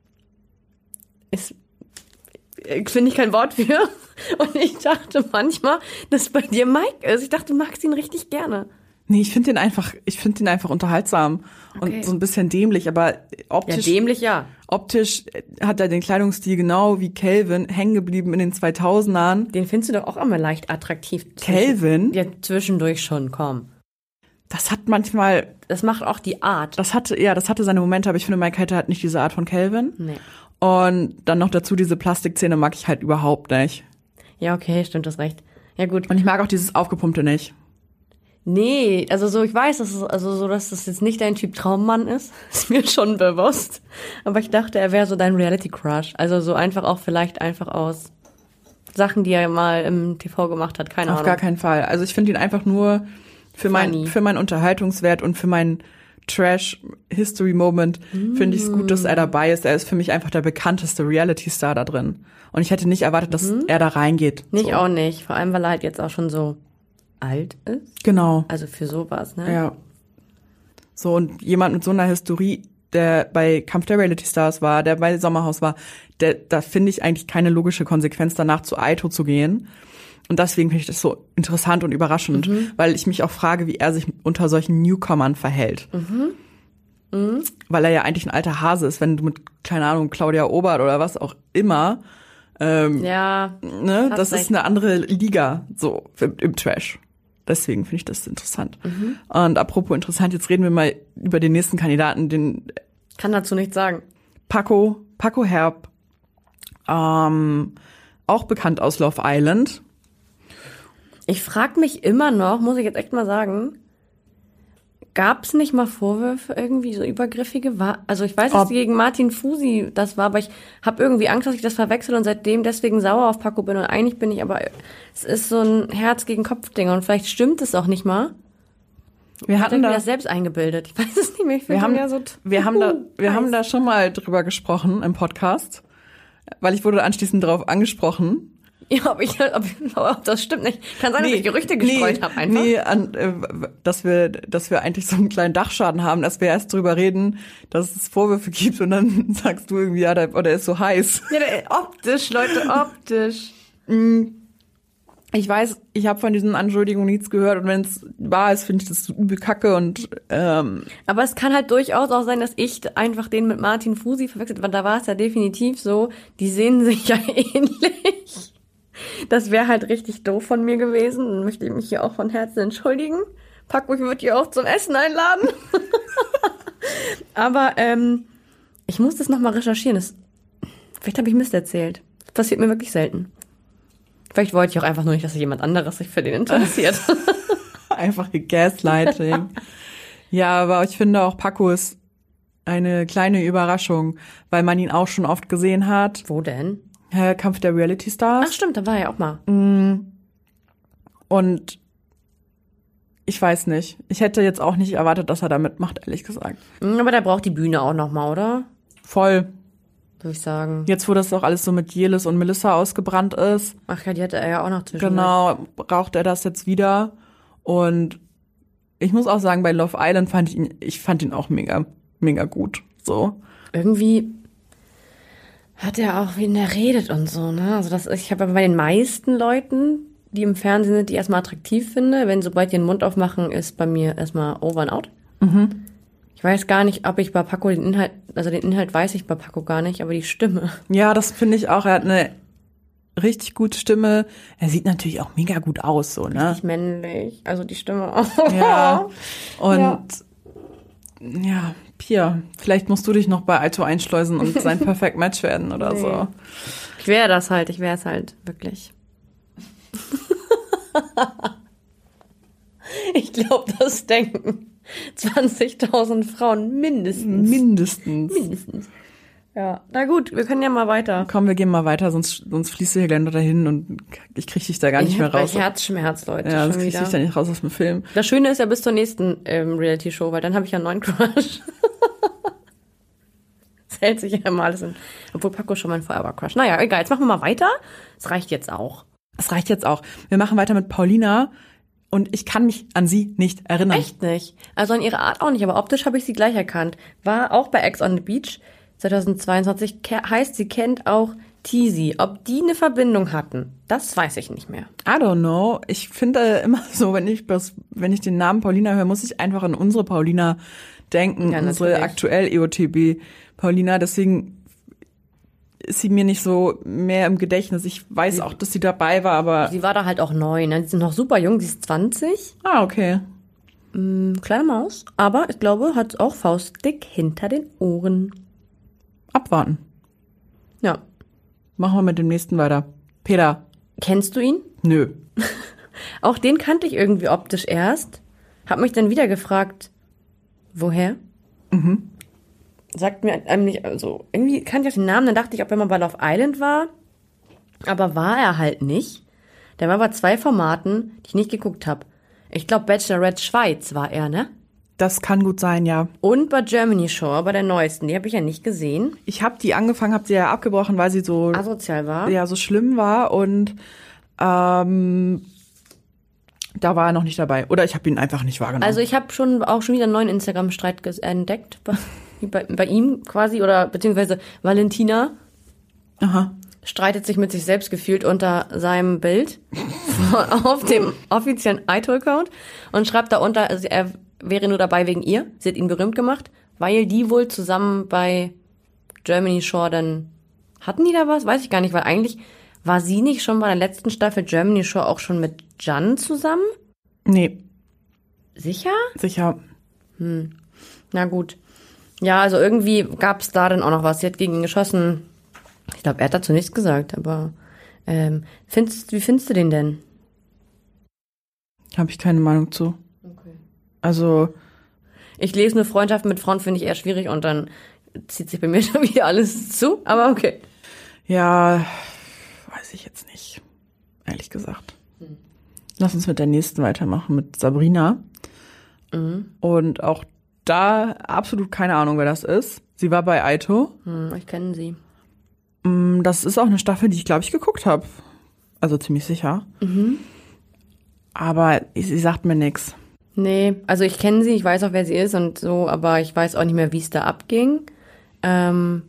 ist, finde ich kein Wort für. Und ich dachte manchmal, dass bei dir Mike ist. Ich dachte, du magst ihn richtig gerne. Nee, ich finde ihn einfach, ich finde ihn einfach unterhaltsam okay. und so ein bisschen dämlich, aber optisch. Ja, dämlich, ja. Optisch hat er den Kleidungsstil genau wie Calvin hängen geblieben in den zweitausendern. Den findest du doch auch immer leicht attraktiv. Calvin? Ja, zwischendurch schon, komm. Das hat manchmal. Das macht auch die Art. Das hatte, ja, das hatte seine Momente, aber ich finde, Mike Heiter hat nicht diese Art von Calvin. Nee. Und dann noch dazu diese Plastikzähne mag ich halt überhaupt nicht. Ja, okay, stimmt, das recht. Ja, gut. Und ich mag auch dieses Aufgepumpte nicht. Nee, also so, ich weiß, dass es, also so, dass das jetzt nicht dein Typ Traummann ist, ist mir schon bewusst. Aber ich dachte, er wäre so dein Reality-Crush. Also so einfach auch vielleicht einfach aus Sachen, die er mal im T V gemacht hat, keine Auf Ahnung. Auf gar keinen Fall. Also ich finde ihn einfach nur für mein, für meinen Unterhaltungswert und für meinen Trash-History-Moment mm. finde ich es gut, dass er dabei ist. Er ist für mich einfach der bekannteste Reality-Star da drin. Und ich hätte nicht erwartet, dass mhm. er da reingeht. Nicht so. Auch nicht. Vor allem, weil er halt jetzt auch schon so alt ist. Genau. Also für sowas, ne? Ja. So, und jemand mit so einer Historie, der bei Kampf der Reality Stars war, der bei Sommerhaus war, der, da finde ich eigentlich keine logische Konsequenz danach zu Aito zu gehen. Und deswegen finde ich das so interessant und überraschend, mhm. weil ich mich auch frage, wie er sich unter solchen Newcomern verhält. Mhm. Mhm. Weil er ja eigentlich ein alter Hase ist, wenn du mit, keine Ahnung, Claudia Obert oder was auch immer, ähm, ja, ne, das recht. ist eine andere Liga, so, im, im Trash. Deswegen finde ich das interessant. Mhm. Und apropos interessant, jetzt reden wir mal über den nächsten Kandidaten, den kann dazu nichts sagen. Paco, Paco Herb, ähm, auch bekannt aus Love Island. Ich frage mich immer noch, muss ich jetzt echt mal sagen, gab es nicht mal Vorwürfe irgendwie, so übergriffige? War, also ich weiß, dass die gegen Martin Fusi das war, aber ich habe irgendwie Angst, dass ich das verwechsel und seitdem deswegen sauer auf Paco bin. Und eigentlich bin ich aber, es ist so ein Herz gegen Kopf-Ding und vielleicht stimmt es auch nicht mal. Wir ich hatten da, mir das selbst eingebildet. Ich weiß es nicht mehr. Ich wir haben, ja so wir haben da, wir heiß. haben da schon mal drüber gesprochen im Podcast, weil ich wurde anschließend darauf angesprochen. Ja, ob, ich, ob, ob das stimmt nicht. Kann sein, nee, dass ich Gerüchte gestreut nee, habe einfach. Nee, an, äh, dass wir dass wir eigentlich so einen kleinen Dachschaden haben, dass wir erst drüber reden, dass es Vorwürfe gibt und dann sagst du irgendwie, ja, der, der ist so heiß. Ja, der, optisch, Leute, optisch. Ich weiß, ich habe von diesen Anschuldigungen nichts gehört und wenn es wahr ist, finde ich das so übel kacke und ähm aber es kann halt durchaus auch sein, dass ich einfach den mit Martin Fusi verwechselt habe. Da war es ja definitiv so, die sehen sich ja ähnlich. Das wäre halt richtig doof von mir gewesen. Dann möchte ich mich hier auch von Herzen entschuldigen. Paco, ich würde dich auch zum Essen einladen. Aber ähm, ich muss das nochmal recherchieren. Das, vielleicht habe ich Mist erzählt. Das passiert mir wirklich selten. Vielleicht wollte ich auch einfach nur nicht, dass jemand anderes sich für den interessiert. Einfach Gaslighting. Ja, aber ich finde auch, Paco ist eine kleine Überraschung, weil man ihn auch schon oft gesehen hat. Wo denn? Kampf der Reality Stars. Ach stimmt, da war er ja auch mal. Und ich weiß nicht. Ich hätte jetzt auch nicht erwartet, dass er da mitmacht, ehrlich gesagt. Aber der braucht die Bühne auch noch mal, oder? Voll. Würde ich sagen. Jetzt, wo das auch alles so mit Jelis und Melissa ausgebrannt ist. Ach ja, die hatte er ja auch noch zwischen. Genau, braucht er das jetzt wieder. Und ich muss auch sagen, bei Love Island fand ich ihn, ich fand ihn auch mega, mega gut. So. Irgendwie hat er auch, wie er redet und so, ne? Also das, ich habe bei den meisten Leuten, die im Fernsehen sind, die erstmal attraktiv finde, wenn sobald die den Mund aufmachen, ist bei mir erstmal over and out. Mhm. Ich weiß gar nicht, ob ich bei Paco den Inhalt, also den Inhalt weiß ich bei Paco gar nicht, aber die Stimme. Ja, das finde ich auch. Er hat eine richtig gute Stimme. Er sieht natürlich auch mega gut aus, so, ne? Richtig männlich, also die Stimme auch. Ja. Und ja, ja Pia, vielleicht musst du dich noch bei Aito einschleusen und sein Perfect Match werden oder nee. so. Ich wäre das halt, ich wäre es halt, wirklich. Ich glaube, das denken zwanzigtausend Frauen mindestens. Mindestens. Mindestens. Ja, na gut, wir können ja mal weiter. Komm, wir gehen mal weiter, sonst, sonst fließt der Geländer dahin und ich krieg dich da gar nicht ich mehr hab raus. Herzschmerz, Leute. Ja, das schon krieg ich wieder. dich da nicht raus aus dem Film. Das Schöne ist ja bis zur nächsten ähm, Reality-Show, weil dann habe ich ja einen neuen Crush. Das hält sich ja immer alles in. Obwohl Paco schon mein Forever-Crush. Naja, egal, jetzt machen wir mal weiter. Es reicht jetzt auch. Es reicht jetzt auch. Wir machen weiter mit Paulina und ich kann mich an sie nicht erinnern. Echt nicht. Also an ihre Art auch nicht, aber optisch habe ich sie gleich erkannt. War auch bei Ex on the Beach zweitausendzweiundzwanzig. Ke- heißt, sie kennt auch Teasy. Ob die eine Verbindung hatten, das weiß ich nicht mehr. I don't know. Ich finde immer so, wenn ich das, wenn ich den Namen Paulina höre, muss ich einfach an unsere Paulina denken, Ja, unsere natürlich. aktuell E O T B Paulina. Deswegen ist sie mir nicht so mehr im Gedächtnis. Ich weiß auch, dass sie dabei war, aber Sie war da halt auch neu, ne? Sie sind noch super jung, sie ist zwanzig. ah, okay. Hm, kleine Maus. Aber ich glaube, hat auch faustdick hinter den Ohren. Abwarten. Ja. Machen wir mit dem nächsten weiter. Peter. Kennst du ihn? Nö. Auch den kannte ich irgendwie optisch erst. Hab mich dann wieder gefragt, woher? Mhm. Sagt mir einem nicht, also irgendwie kannte ich auch den Namen, dann dachte ich, ob er mal bei Love Island war. Aber war er halt nicht. Der war bei zwei Formaten, die ich nicht geguckt habe. Ich glaube, Bachelorette Schweiz war er, ne? Das kann gut sein, ja. Und bei Germany Shore, bei der neuesten, die habe ich ja nicht gesehen. Ich habe die angefangen, habe sie ja abgebrochen, weil sie so Asozial war. ja so schlimm war und ähm, da war er noch nicht dabei. Oder ich habe ihn einfach nicht wahrgenommen. Also ich habe schon auch schon wieder einen neuen Instagram-Streit ges- entdeckt bei, bei, bei ihm quasi oder beziehungsweise Valentina Aha. streitet sich mit sich selbst gefühlt unter seinem Bild auf dem offiziellen iTunes-Account und schreibt da unter, also er wäre nur dabei wegen ihr. Sie hat ihn berühmt gemacht, weil die wohl zusammen bei Germany Shore dann hatten die da was? Weiß ich gar nicht, weil eigentlich war sie nicht schon bei der letzten Staffel Germany Shore auch schon mit Jan zusammen? Nee, Sicher? sicher. Na gut. Ja, also irgendwie gab es da dann auch noch was. Sie hat gegen ihn geschossen. Ich glaube, er hat dazu nichts gesagt, aber ähm, findest, wie findest du den denn? Habe ich keine Meinung zu. Okay. Also Ich lese nur Freundschaften mit Frauen, finde ich eher schwierig und dann zieht sich bei mir schon wieder alles zu, aber okay. ja, weiß ich jetzt nicht, ehrlich gesagt. Hm. Lass uns mit der nächsten weitermachen, mit Sabrina. Mhm. Und auch da absolut keine Ahnung, wer das ist. Sie war bei Aito. Hm, ich kenne sie. Mm, Das ist auch eine Staffel, die ich, glaube ich, geguckt habe. Also ziemlich sicher. Mhm. Aber sie sagt mir nichts. Nee, also ich kenne sie, ich weiß auch, wer sie ist und so, aber ich weiß auch nicht mehr, wie es da abging. Ähm,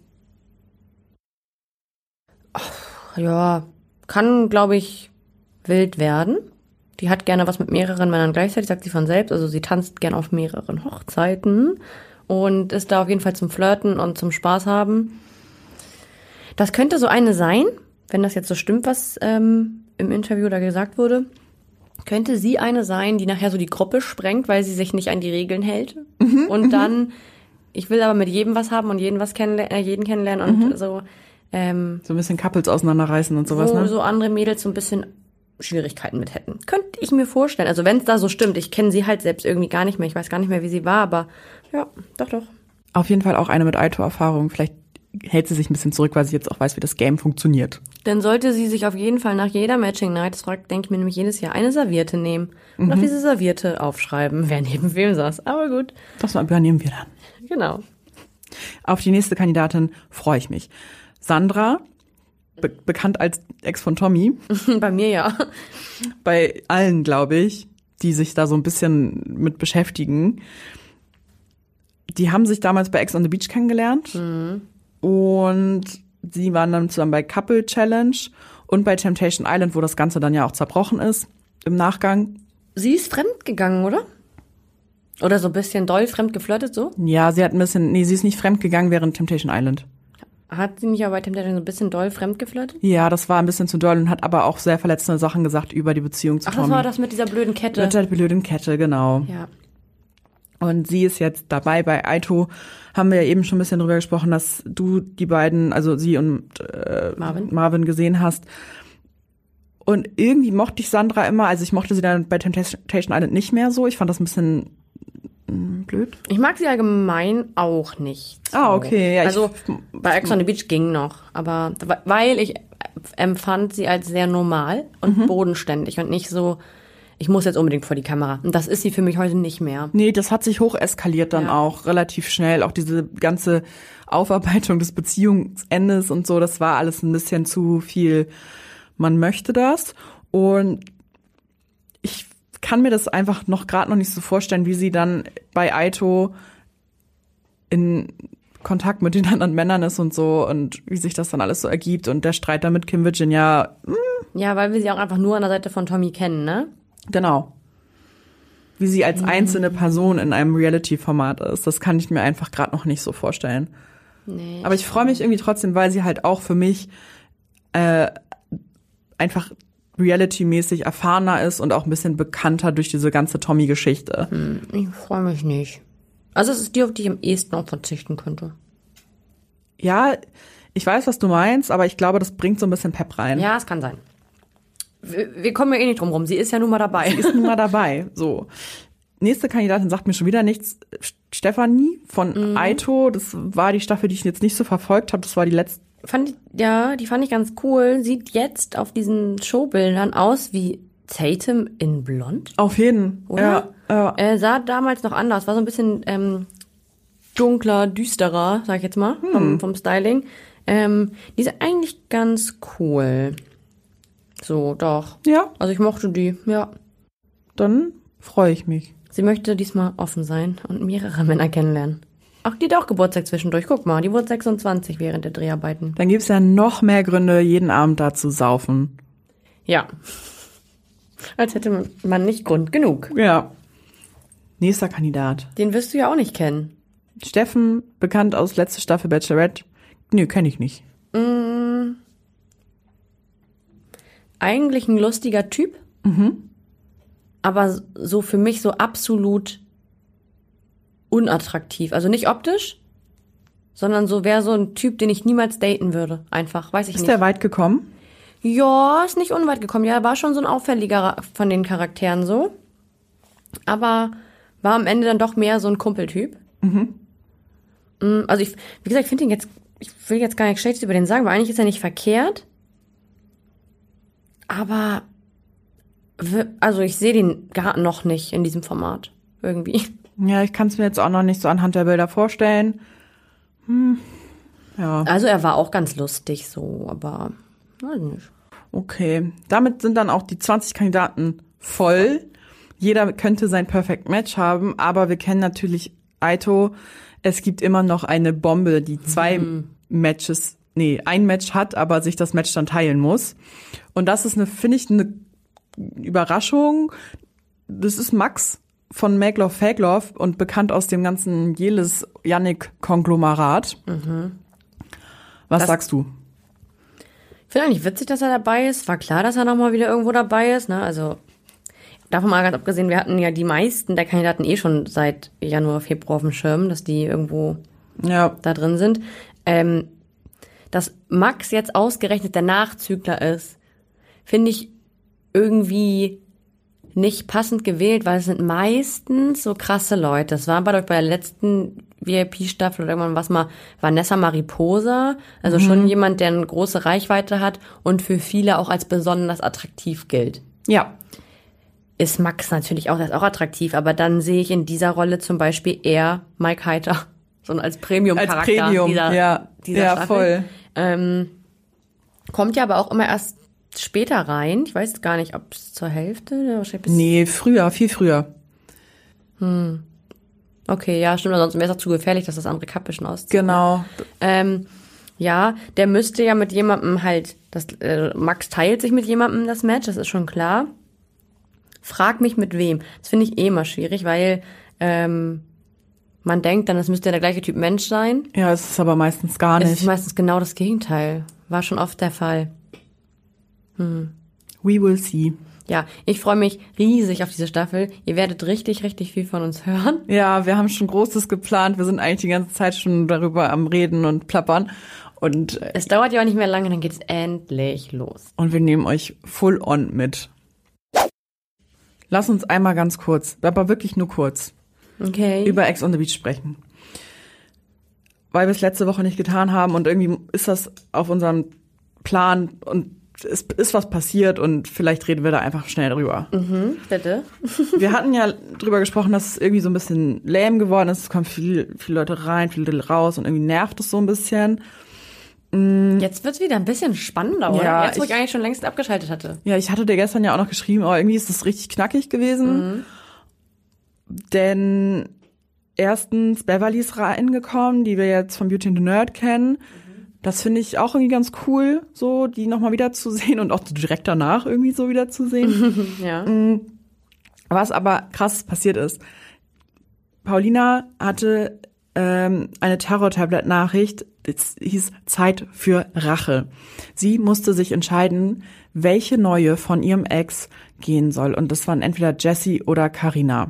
ach, ja, kann, glaube ich, wild werden. Die hat gerne was mit mehreren Männern gleichzeitig, sagt sie von selbst. Also sie tanzt gerne auf mehreren Hochzeiten und ist da auf jeden Fall zum Flirten und zum Spaß haben. Das könnte so eine sein, wenn das jetzt so stimmt, was ähm, im Interview da gesagt wurde. Könnte sie eine sein, die nachher so die Gruppe sprengt, weil sie sich nicht an die Regeln hält. Mhm, und dann, ich will aber mit jedem was haben und jeden was kennenlernen, äh, jeden kennenlernen und Mhm. so, ähm, So ein bisschen Couples auseinanderreißen und sowas, wo ne? so andere Mädels so ein bisschen Schwierigkeiten mit hätten. Könnte ich mir vorstellen. Also wenn es da so stimmt, ich kenne sie halt selbst irgendwie gar nicht mehr. Ich weiß gar nicht mehr, wie sie war, aber ja, doch, doch. Auf jeden Fall auch eine mit Aito-Erfahrung. Vielleicht hält sie sich ein bisschen zurück, weil sie jetzt auch weiß, wie das Game funktioniert. Dann sollte sie sich auf jeden Fall nach jeder Matching Night, das fragt, denke ich mir nämlich jedes Jahr, eine Serviette nehmen und auf diese Serviette aufschreiben, wer neben wem saß. Aber gut, Das übernehmen wir dann. genau. Auf die nächste Kandidatin freue ich mich. Sandra, be- bekannt als Ex von Tommy, Bei mir ja. bei allen, glaube ich, die sich da so ein bisschen mit beschäftigen. Die haben sich damals bei Ex on the Beach kennengelernt. Und sie waren dann zusammen bei Couple Challenge und bei Temptation Island, wo das Ganze dann ja auch zerbrochen ist im Nachgang. Sie ist fremd gegangen, oder? Oder so ein bisschen doll fremd geflirtet, so? Ja, sie hat ein bisschen, nee, sie ist nicht fremd gegangen während Temptation Island. Hat sie nicht aber bei Temptation so ein bisschen doll fremd geflirtet? Ja, das war ein bisschen zu doll und hat aber auch sehr verletzende Sachen gesagt über die Beziehung zu Ach, Tommy. das war das mit dieser blöden Kette. Mit der blöden Kette, genau. Ja. Und sie ist jetzt dabei bei Aito. Haben wir ja eben schon ein bisschen drüber gesprochen, dass du die beiden, also sie und äh, Marvin. Marvin gesehen hast. Und irgendwie mochte ich Sandra immer, also ich mochte sie dann bei Temptation Island nicht mehr so. Ich fand das ein bisschen, blöd. Ich mag sie allgemein auch nicht. So. Ah, okay. Ja, also ich, bei Ex on the Beach ging noch, aber weil ich empfand sie als sehr normal und mhm. bodenständig und nicht so, ich muss jetzt unbedingt vor die Kamera. Und das ist sie für mich heute nicht mehr. Nee, das hat sich hoch eskaliert dann ja. auch relativ schnell. Auch diese ganze Aufarbeitung des Beziehungsendes und so, das war alles ein bisschen zu viel. Man möchte das. Und ich kann mir das einfach noch gerade noch nicht so vorstellen, wie sie dann bei Aito in Kontakt mit den anderen Männern ist und so und wie sich das dann alles so ergibt. Und der Streit da mit Kim Virginia. Mh. Ja, weil wir sie auch einfach nur an der Seite von Tommy kennen, ne? Genau. Wie sie als einzelne Person in einem Reality-Format ist, das kann ich mir einfach gerade noch nicht so vorstellen. Nee, aber ich freue mich irgendwie trotzdem, weil sie halt auch für mich äh, einfach Reality-mäßig erfahrener ist und auch ein bisschen bekannter durch diese ganze Tommy-Geschichte. Hm, ich freue mich nicht. Also es ist die, auf die ich am ehesten auch verzichten könnte. Ja, ich weiß, was du meinst, aber ich glaube, das bringt so ein bisschen Pep rein. Ja, es kann sein. Wir kommen ja eh nicht drum rum. Sie ist ja nun mal dabei. Sie ist nun mal dabei. So. Nächste Kandidatin sagt mir schon wieder nichts. Stefanie von mhm. Aito. Das war die Staffel, die ich jetzt nicht so verfolgt habe. Das war die letzte. Fand ich, ja, die fand ich ganz cool. Sieht jetzt auf diesen Showbildern aus wie Tatum in Blond. Auf jeden. Oder? Ja, ja. Er sah damals noch anders. War so ein bisschen ähm, dunkler, düsterer, sag ich jetzt mal, hm. vom, vom Styling. Ähm, die ist eigentlich ganz cool. So, doch. Ja. Also ich mochte die, ja. Dann freue ich mich. Sie möchte diesmal offen sein und mehrere Männer kennenlernen. Ach, die hat auch Geburtstag zwischendurch. Guck mal, die wurde sechsundzwanzig während der Dreharbeiten. Dann gibt's ja noch mehr Gründe, jeden Abend da zu saufen. Ja. Als hätte man nicht Grund genug. Ja. Nächster Kandidat. Den wirst du ja auch nicht kennen. Steffen, bekannt aus letzter Staffel Bachelorette. Nö, kenne ich nicht. Mm. Eigentlich ein lustiger Typ. Mhm. Aber so für mich so absolut unattraktiv. Also nicht optisch, sondern so wäre so ein Typ, den ich niemals daten würde. Einfach, weiß ich ist nicht. Ist der weit gekommen? Ja, ist nicht unweit gekommen. Ja, war schon so ein auffälliger von den Charakteren so. Aber war am Ende dann doch mehr so ein Kumpeltyp. Mhm. Also ich, wie gesagt, ich finde ihn jetzt, ich will jetzt gar nichts Schlechtes über den sagen, weil eigentlich ist er nicht verkehrt. Aber, also ich sehe den gar noch nicht in diesem Format. Irgendwie. Ja, ich kann es mir jetzt auch noch nicht so anhand der Bilder vorstellen. Hm. Ja. Also er war auch ganz lustig so, aber weiß nicht. Okay, damit sind dann auch die zwanzig Kandidaten voll. Jeder könnte sein Perfect Match haben, aber wir kennen natürlich Aito. Es gibt immer noch eine Bombe, die zwei hm. Matches, nee, ein Match hat, aber sich das Match dann teilen muss. Und das ist eine, finde ich, eine Überraschung. Das ist Max von Make Love Fake Love und bekannt aus dem ganzen Jelis-Yannick-Konglomerat. Mhm. Was das, sagst du? Ich finde eigentlich witzig, dass er dabei ist. War klar, dass er nochmal wieder irgendwo dabei ist. Ne? Also davon mal ganz abgesehen, wir hatten ja die meisten der Kandidaten eh schon seit Januar, Februar auf dem Schirm, dass die irgendwo ja. da drin sind. Ähm, dass Max jetzt ausgerechnet der Nachzügler ist, finde ich irgendwie nicht passend gewählt, weil es sind meistens so krasse Leute. Das war aber doch bei der letzten V I P-Staffel oder irgendwann was mal Vanessa Mariposa, also mhm. schon jemand, der eine große Reichweite hat und für viele auch als besonders attraktiv gilt. Ja. Ist Max natürlich auch, der ist auch attraktiv, aber dann sehe ich in dieser Rolle zum Beispiel eher Mike Heiter, so als Premium-Charakter als Premium, dieser, ja. dieser ja, Staffel. Voll. Ähm, kommt ja aber auch immer erst später rein. Ich weiß gar nicht, ob es zur Hälfte oder bis nee, früher, viel früher. Hm. Okay, ja, stimmt. Ansonsten wäre es auch zu gefährlich, dass das andere Kappischen auszieht. Genau. Ähm, ja, der müsste ja mit jemandem halt, das, äh, Max teilt sich mit jemandem das Match, das ist schon klar. Frag mich mit wem. Das finde ich eh immer schwierig, weil ähm, man denkt dann, es müsste ja der gleiche Typ Mensch sein. Ja, es ist aber meistens gar nicht. Es ist meistens genau das Gegenteil. War schon oft der Fall. Hm. We will see. Ja, ich freue mich riesig auf diese Staffel. Ihr werdet richtig, richtig viel von uns hören. Ja, wir haben schon Großes geplant. Wir sind eigentlich die ganze Zeit schon darüber am Reden und plappern. Und äh, es dauert ja auch nicht mehr lange, dann geht's endlich los. Und wir nehmen euch full on mit. Lass uns einmal ganz kurz, aber wirklich nur kurz, Okay. über Ex on the Beach sprechen. Weil wir es letzte Woche nicht getan haben und irgendwie ist das auf unserem Plan und es ist was passiert und vielleicht reden wir da einfach schnell drüber. Mhm, bitte. Wir hatten ja drüber gesprochen, dass es irgendwie so ein bisschen lame geworden ist. Es kommen viel, viele Leute rein, viele raus und irgendwie nervt es so ein bisschen. Jetzt wird's wieder ein bisschen spannender, oder? Ja, Jetzt, wo ich, ich eigentlich schon längst abgeschaltet hatte. Ja, ich hatte dir gestern ja auch noch geschrieben, oh, irgendwie ist das richtig knackig gewesen. Mhm. Denn erstens, Beverly ist reingekommen, die wir jetzt von Beauty and the Nerd kennen. Mhm. Das finde ich auch irgendwie ganz cool, so die nochmal wiederzusehen und auch direkt danach irgendwie so wiederzusehen. Ja. Was aber krass passiert ist, Paulina hatte ähm, eine Terror-Tablet-Nachricht, es hieß Zeit für Rache. Sie musste sich entscheiden, welche neue von ihrem Ex gehen soll. Und das waren entweder Jessie oder Carina.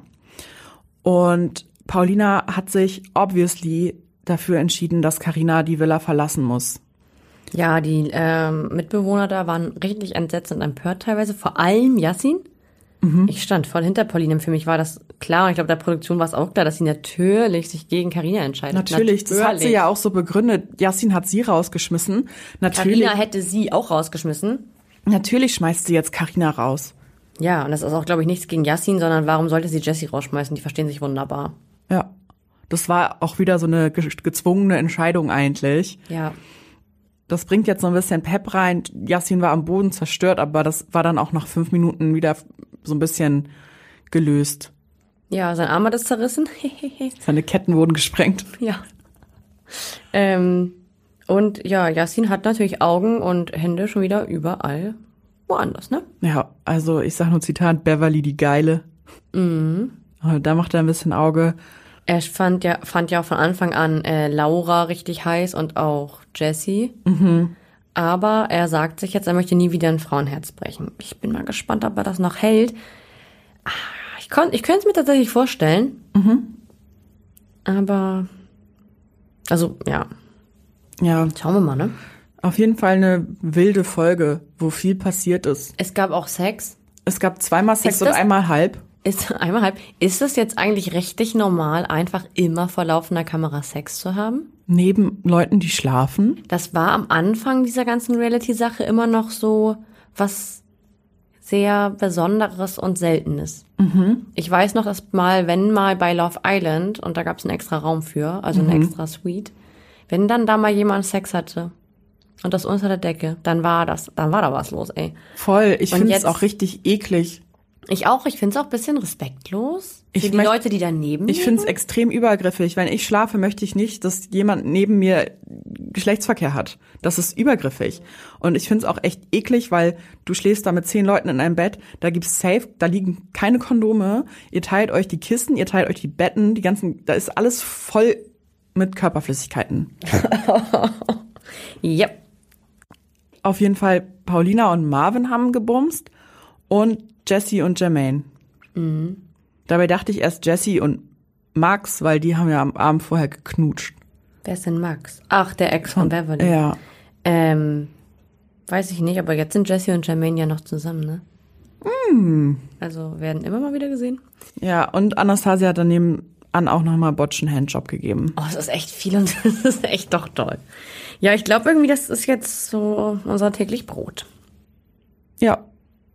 Und Paulina hat sich obviously dafür entschieden, dass Carina die Villa verlassen muss. Ja, die ähm, Mitbewohner da waren richtig entsetzt und empört teilweise. Vor allem Yassin. Mhm. Ich stand voll hinter Pauline. Für mich war das klar. Und ich glaube, der Produktion war es auch klar, dass sie natürlich sich gegen Carina entscheidet. Natürlich, natürlich, das hat sie ja auch so begründet. Yassin hat sie rausgeschmissen. Natürlich. Carina hätte sie auch rausgeschmissen. Natürlich schmeißt sie jetzt Carina raus. Ja, und das ist auch, glaube ich, nichts gegen Yassin, sondern warum sollte sie Jessie rausschmeißen? Die verstehen sich wunderbar. Ja, das war auch wieder so eine ge- gezwungene Entscheidung eigentlich. Ja. Das bringt jetzt so ein bisschen Pep rein. Yassin war am Boden zerstört, aber das war dann auch nach fünf Minuten wieder so ein bisschen gelöst. Ja, sein Arm hat es zerrissen. Seine Ketten wurden gesprengt. Ja. Ähm, und ja, Yassin hat natürlich Augen und Hände schon wieder überall woanders, ne? Ja, also ich sag nur Zitat, Beverly die Geile. Mhm. Da macht er ein bisschen Auge. Er fand ja, fand ja auch von Anfang an äh, Laura richtig heiß und auch Jessie. Mhm. Aber er sagt sich jetzt, er möchte nie wieder ein Frauenherz brechen. Ich bin mal gespannt, ob er das noch hält. Ich, kon- ich könnte es mir tatsächlich vorstellen. Mhm. Aber, also, ja. Ja. Schauen wir mal, ne? Auf jeden Fall eine wilde Folge, wo viel passiert ist. Es gab auch Sex. Es gab zweimal Sex und einmal halb. Ist einmal halb. Ist es jetzt eigentlich rechtlich normal, einfach immer vor laufender Kamera Sex zu haben? Neben Leuten, die schlafen? Das war am Anfang dieser ganzen Reality-Sache immer noch so was sehr Besonderes und Seltenes. Mhm. Ich weiß noch, dass mal, wenn mal bei Love Island, und da gab es einen extra Raum für, also eine Mhm. extra Suite, wenn dann da mal jemand Sex hatte und das unter der Decke, dann war das, dann war da was los, ey. Voll. Ich Und finde es jetzt- auch richtig eklig. Ich auch, ich finde es auch ein bisschen respektlos für Ich die möcht- Leute, die daneben Ich finde es extrem übergriffig. Wenn ich schlafe, möchte ich nicht, dass jemand neben mir Geschlechtsverkehr hat. Das ist übergriffig. Und ich finde es auch echt eklig, weil du schläfst da mit zehn Leuten in einem Bett, da gibt's safe, da liegen keine Kondome, ihr teilt euch die Kissen, ihr teilt euch die Betten, die ganzen, da ist alles voll mit Körperflüssigkeiten. Ja. Auf jeden Fall, Paulina und Marvin haben gebumst und Jessie und Jermaine. Mhm. Dabei dachte ich erst Jessie und Max, weil die haben ja am Abend vorher geknutscht. Wer ist denn Max? Ach, der Ex von Beverly. Ja. Ähm, weiß ich nicht, aber jetzt sind Jessie und Jermaine ja noch zusammen, ne? Mm. Also werden immer mal wieder gesehen. Ja, und Anastasia hat daneben an auch nochmal Botschen Handjob gegeben. Oh, es ist echt viel und das ist echt doch toll. Ja, ich glaube irgendwie, das ist jetzt so unser täglich Brot. Ja.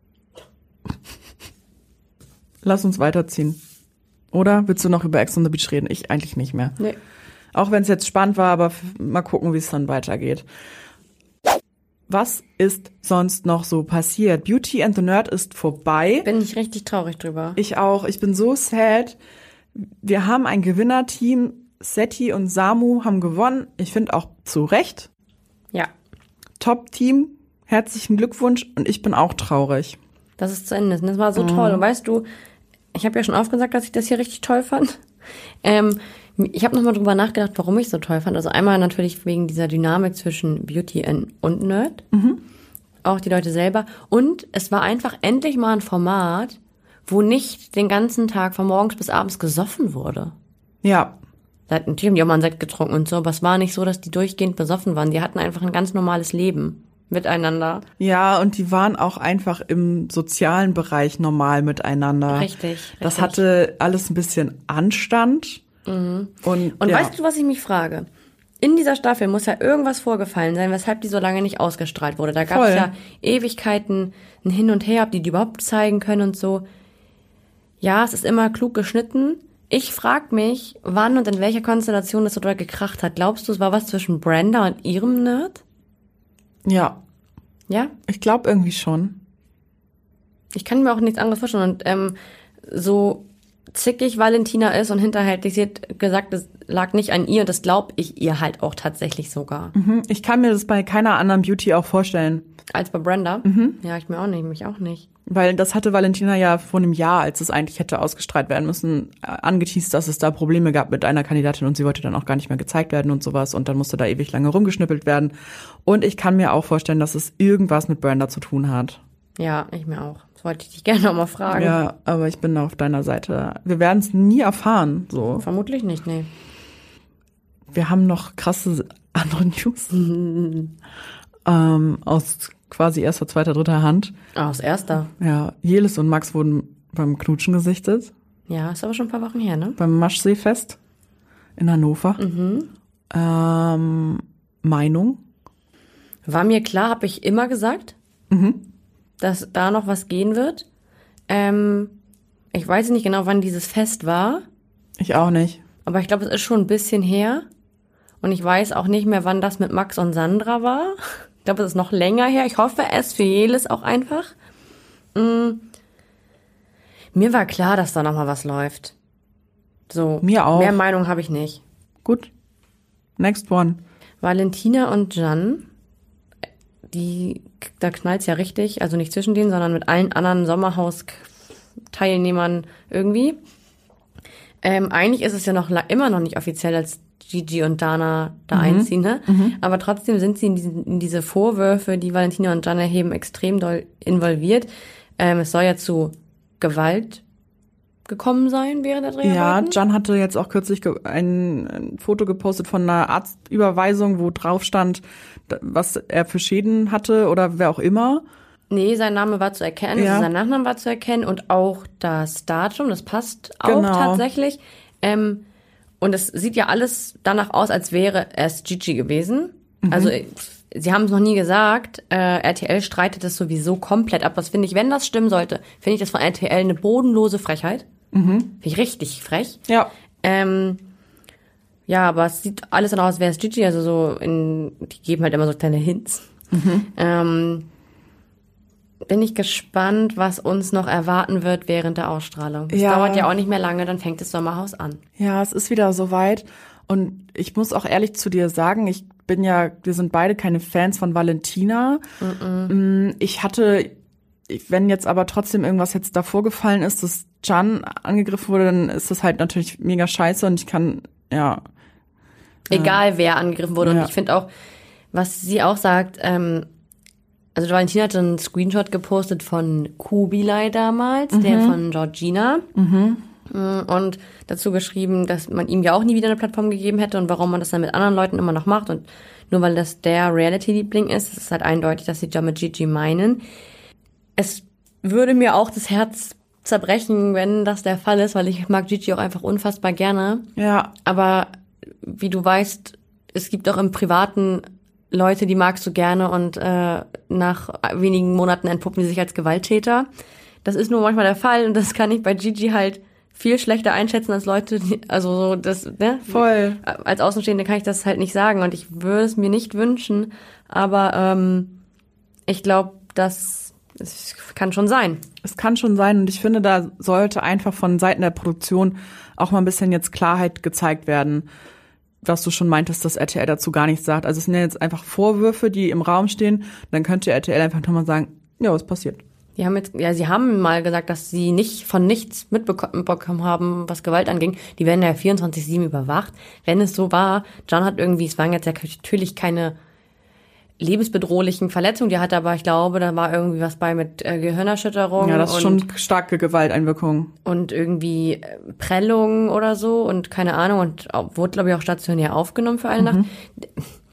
Lass uns weiterziehen. Oder willst du noch über Ex on the Beach reden? Ich eigentlich nicht mehr. Nee. Auch wenn es jetzt spannend war, aber f- mal gucken, wie es dann weitergeht. Was ist sonst noch so passiert? Beauty and the Nerd ist vorbei. Bin ich richtig traurig drüber. Ich auch. Ich bin so sad. Wir haben ein Gewinnerteam. Seti und Samu haben gewonnen. Ich finde auch zu Recht. Ja, Top-Team. Herzlichen Glückwunsch. Und ich bin auch traurig. dass es zu Ende ist. Und das war so toll. Und weißt du, ich habe ja schon oft gesagt, dass ich das hier richtig toll fand. Ähm, ich habe nochmal drüber nachgedacht, warum ich es so toll fand. Also einmal natürlich wegen dieser Dynamik zwischen Beauty und Nerd. Mhm. Auch die Leute selber. Und es war einfach endlich mal ein Format, wo nicht den ganzen Tag von morgens bis abends gesoffen wurde. Ja. Natürlich haben die auch mal einen Sekt getrunken und so, aber es war nicht so, dass die durchgehend besoffen waren. Die hatten einfach ein ganz normales Leben. miteinander. Ja, und die waren auch einfach im sozialen Bereich normal miteinander. Richtig, richtig. Das hatte alles ein bisschen Anstand. Mhm. Und, und ja. weißt du, was ich mich frage? In dieser Staffel muss ja irgendwas vorgefallen sein, weshalb die so lange nicht ausgestrahlt wurde. Da gab es ja Ewigkeiten ein Hin und Her, ob die die überhaupt zeigen können und so. Ja, es ist immer klug geschnitten. Ich frag mich, wann und in welcher Konstellation das so doll gekracht hat. Glaubst du, es war was zwischen Brenda und ihrem Nerd? Ja. Ja? Ich glaube irgendwie schon. Ich kann mir auch nichts anderes vorstellen. Und ähm, so zickig Valentina ist und hinterhältig, sie hat gesagt, das lag nicht an ihr und das glaube ich ihr halt auch tatsächlich sogar. Mhm. Ich kann mir das bei keiner anderen Beauty auch vorstellen. Als bei Brenda? Mhm. Ja, ich mir auch nicht, mich auch nicht. Weil das hatte Valentina ja vor einem Jahr, als es eigentlich hätte ausgestrahlt werden müssen, angeteast, dass es da Probleme gab mit einer Kandidatin und sie wollte dann auch gar nicht mehr gezeigt werden und sowas und dann musste da ewig lange rumgeschnippelt werden. Und ich kann mir auch vorstellen, dass es irgendwas mit Brenda zu tun hat. Ja, ich mir auch. Das wollte ich dich gerne noch mal fragen. Ja, aber ich bin auf deiner Seite. Wir werden es nie erfahren, so. Vermutlich nicht, nee. Wir haben noch krasse andere News. ähm, aus quasi erster, zweiter, dritter Hand. Aus erster. Ja, Jelis und Max wurden beim Knutschen gesichtet. Ja, ist aber schon ein paar Wochen her, ne? Beim Maschseefest in Hannover. Mhm. Ähm, Meinung? War mir klar, habe ich immer gesagt, Mhm. dass da noch was gehen wird. Ähm, ich weiß nicht genau, wann dieses Fest war, Ich auch nicht. aber ich glaube, es ist schon ein bisschen her. Und ich weiß auch nicht mehr, wann das mit Max und Sandra war. Ich glaube, es ist noch länger her. Ich hoffe es für Jelis auch einfach. Mhm. Mir war klar, dass da noch mal was läuft. So. Mir auch. Mehr Meinung habe ich nicht. Gut. Next one. Valentina und Jan, die, da knallt's ja richtig, also nicht zwischen denen, sondern mit allen anderen Sommerhaus-Teilnehmern irgendwie. Ähm, eigentlich ist es ja noch immer noch nicht offiziell, als Gigi und Dana da mhm. einziehen, ne? Mhm. Aber trotzdem sind sie in, diesen, in diese Vorwürfe, die Valentina und Jan erheben, extrem doll involviert. Ähm, es soll ja zu Gewalt gekommen sein während der Dreharbeiten. Ja, Jan hatte jetzt auch kürzlich ein, ein Foto gepostet von einer Arztüberweisung, wo drauf stand, was er für Schäden hatte oder wer auch immer. Nee, sein Name war zu erkennen, ja. also sein Nachname war zu erkennen und auch das Datum, das passt auch genau. tatsächlich. Ähm, und es sieht ja alles danach aus, als wäre es Gigi gewesen. Mhm. Also sie haben es noch nie gesagt. Äh, R T L streitet das sowieso komplett ab. Was finde ich, wenn das stimmen sollte, finde ich das von R T L eine bodenlose Frechheit. Mhm. Finde ich richtig frech. Ja. Ähm, ja, aber es sieht alles danach aus, als wäre es Gigi. Also so in, die geben halt immer so kleine Hints. Mhm. Ähm, bin ich gespannt, was uns noch erwarten wird während der Ausstrahlung. Es ja. dauert ja auch nicht mehr lange, dann fängt das Sommerhaus an. Ja, es ist wieder soweit. Und ich muss auch ehrlich zu dir sagen, ich bin ja, wir sind beide keine Fans von Valentina. Mm-mm. Ich hatte, wenn jetzt aber trotzdem irgendwas jetzt davor gefallen ist, dass Jan angegriffen wurde, dann ist das halt natürlich mega scheiße und ich kann, ja. Egal, wer angegriffen wurde. Ja. Und ich finde auch, was sie auch sagt, ähm, also Valentina hat einen Screenshot gepostet von Kubilai damals, mhm. der von Georgina. Mhm. Und dazu geschrieben, dass man ihm ja auch nie wieder eine Plattform gegeben hätte und warum man das dann mit anderen Leuten immer noch macht. Und nur weil das der Reality-Liebling ist, ist es halt eindeutig, dass sie Jan mit Gigi meinen. Es würde mir auch das Herz zerbrechen, wenn das der Fall ist, weil ich mag Gigi auch einfach unfassbar gerne. Ja. Aber wie du weißt, es gibt auch im Privaten Leute, die magst du gerne und äh, nach wenigen Monaten entpuppen sie sich als Gewalttäter. Das ist nur manchmal der Fall und das kann ich bei Gigi halt viel schlechter einschätzen als Leute, die, also so das, ne? Voll. Als Außenstehende kann ich das halt nicht sagen und ich würde es mir nicht wünschen, aber ähm, ich glaube, das es kann schon sein. Es kann schon sein und ich finde, da sollte einfach von Seiten der Produktion auch mal ein bisschen jetzt Klarheit gezeigt werden, was du schon meintest, dass R T L dazu gar nichts sagt. Also es sind ja jetzt einfach Vorwürfe, die im Raum stehen. Dann könnte R T L einfach nochmal sagen, ja, was passiert? Die haben jetzt, ja, sie haben mal gesagt, dass sie nicht von nichts mitbekommen haben, was Gewalt anging. Die werden ja vierundzwanzig sieben überwacht. Wenn es so war, Jan hat irgendwie, es waren jetzt ja natürlich keine lebensbedrohlichen Verletzungen, die hatte aber, ich glaube, da war irgendwie was bei mit äh, Gehirnerschütterung. Ja, das ist und, schon starke Gewalteinwirkung. Und irgendwie äh, Prellung oder so und keine Ahnung und auch, wurde, glaube ich, auch stationär aufgenommen für eine mhm. Nacht.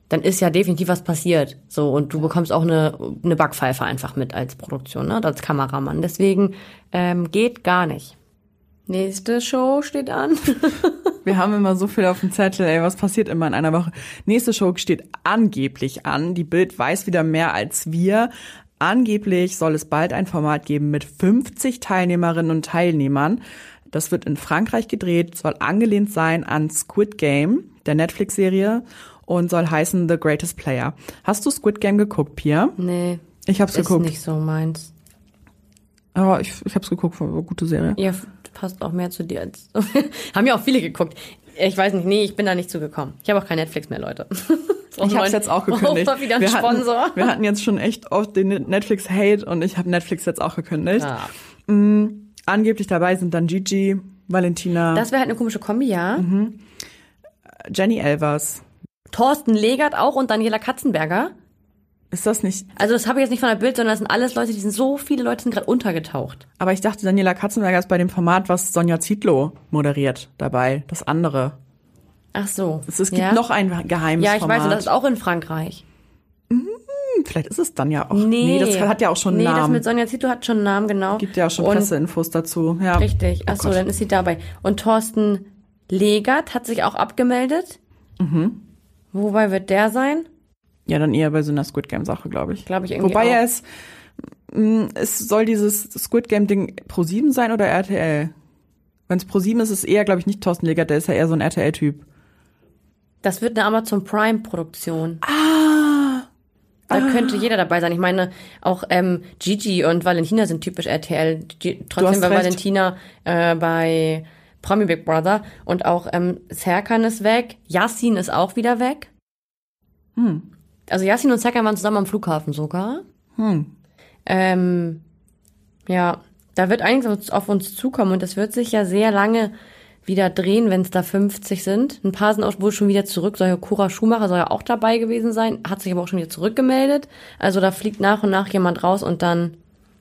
dann ist ja definitiv was passiert. So, und du bekommst auch eine, eine Backpfeife einfach mit als Produktion, ne, als Kameramann. Deswegen ähm, geht gar nicht. Nächste Show steht an. Wir haben immer so viel auf dem Zettel, ey, was passiert immer in einer Woche? Nächste Show steht angeblich an. Die Bild weiß wieder mehr als wir. Angeblich soll es bald ein Format geben mit fünfzig Teilnehmerinnen und Teilnehmern. Das wird in Frankreich gedreht, soll angelehnt sein an Squid Game, der Netflix-Serie, und soll heißen The Greatest Player. Hast du Squid Game geguckt, Pia? Nee. Ich hab's ist geguckt. Ist nicht so meins. Aber ich, ich hab's geguckt, war eine gute Serie. Ja, passt auch mehr zu dir als... Haben ja auch viele geguckt. Ich weiß nicht, nee, ich bin da nicht zugekommen. Ich habe auch kein Netflix mehr, Leute. Ich habe es jetzt auch gekündigt. Oh, wieder ein wir, Sponsor. Hatten, wir hatten jetzt schon echt oft den Netflix-Hate und ich habe Netflix jetzt auch gekündigt. Ah. Mhm. Angeblich dabei sind dann Gigi, Valentina. Das wäre halt eine komische Kombi, ja. Mhm. Jenny Elvers. Thorsten Legert auch und Daniela Katzenberger. Ist das nicht? Also das habe ich jetzt nicht von der Bild, sondern das sind alles Leute, die sind so viele Leute sind gerade untergetaucht. Aber ich dachte, Daniela Katzenberger ist bei dem Format, was Sonja Zietlow moderiert, dabei. Das andere. Ach so. Es, es gibt ja? noch ein geheimes Ja, ich Format. weiß, und das ist auch in Frankreich. Hm, vielleicht ist es dann ja auch. Nee, nee das hat ja auch schon einen nee, Namen. Nee, das mit Sonja Zietlow hat schon einen Namen, genau. Gibt ja auch schon und Presseinfos dazu. Ja. Richtig. Ach Oh so, Gott. dann ist sie dabei. Und Thorsten Legert hat sich auch abgemeldet. Mhm. Wobei wird der sein? Ja, dann eher bei so einer Squid Game Sache, glaube ich. Glaube ich irgendwie Wobei auch. er es, mh, es soll dieses Squid Game Ding ProSieben sein oder R T L? Wenn es ProSieben ist, ist es eher, glaube ich, nicht Thorsten Legert, der ist ja eher so ein R T L-Typ. Das wird eine Amazon Prime Produktion. Ah! Da ah. könnte jeder dabei sein. Ich meine, auch ähm, Gigi und Valentina sind typisch R T L. G- Du Trotzdem hast war recht. Valentina äh, bei Promi Big Brother. Und auch ähm, Serkan ist weg. Yassin ist auch wieder weg. Hm. Also Yassin und Serkan waren zusammen am Flughafen sogar. Hm. Ähm, ja, da wird einiges auf uns zukommen. Und das wird sich ja sehr lange wieder drehen, wenn es da fünfzig sind. Ein paar sind auch wohl schon wieder zurück. Soll ja Cora Schumacher soll ja auch dabei gewesen sein, hat sich aber auch schon wieder zurückgemeldet. Also da fliegt nach und nach jemand raus und dann,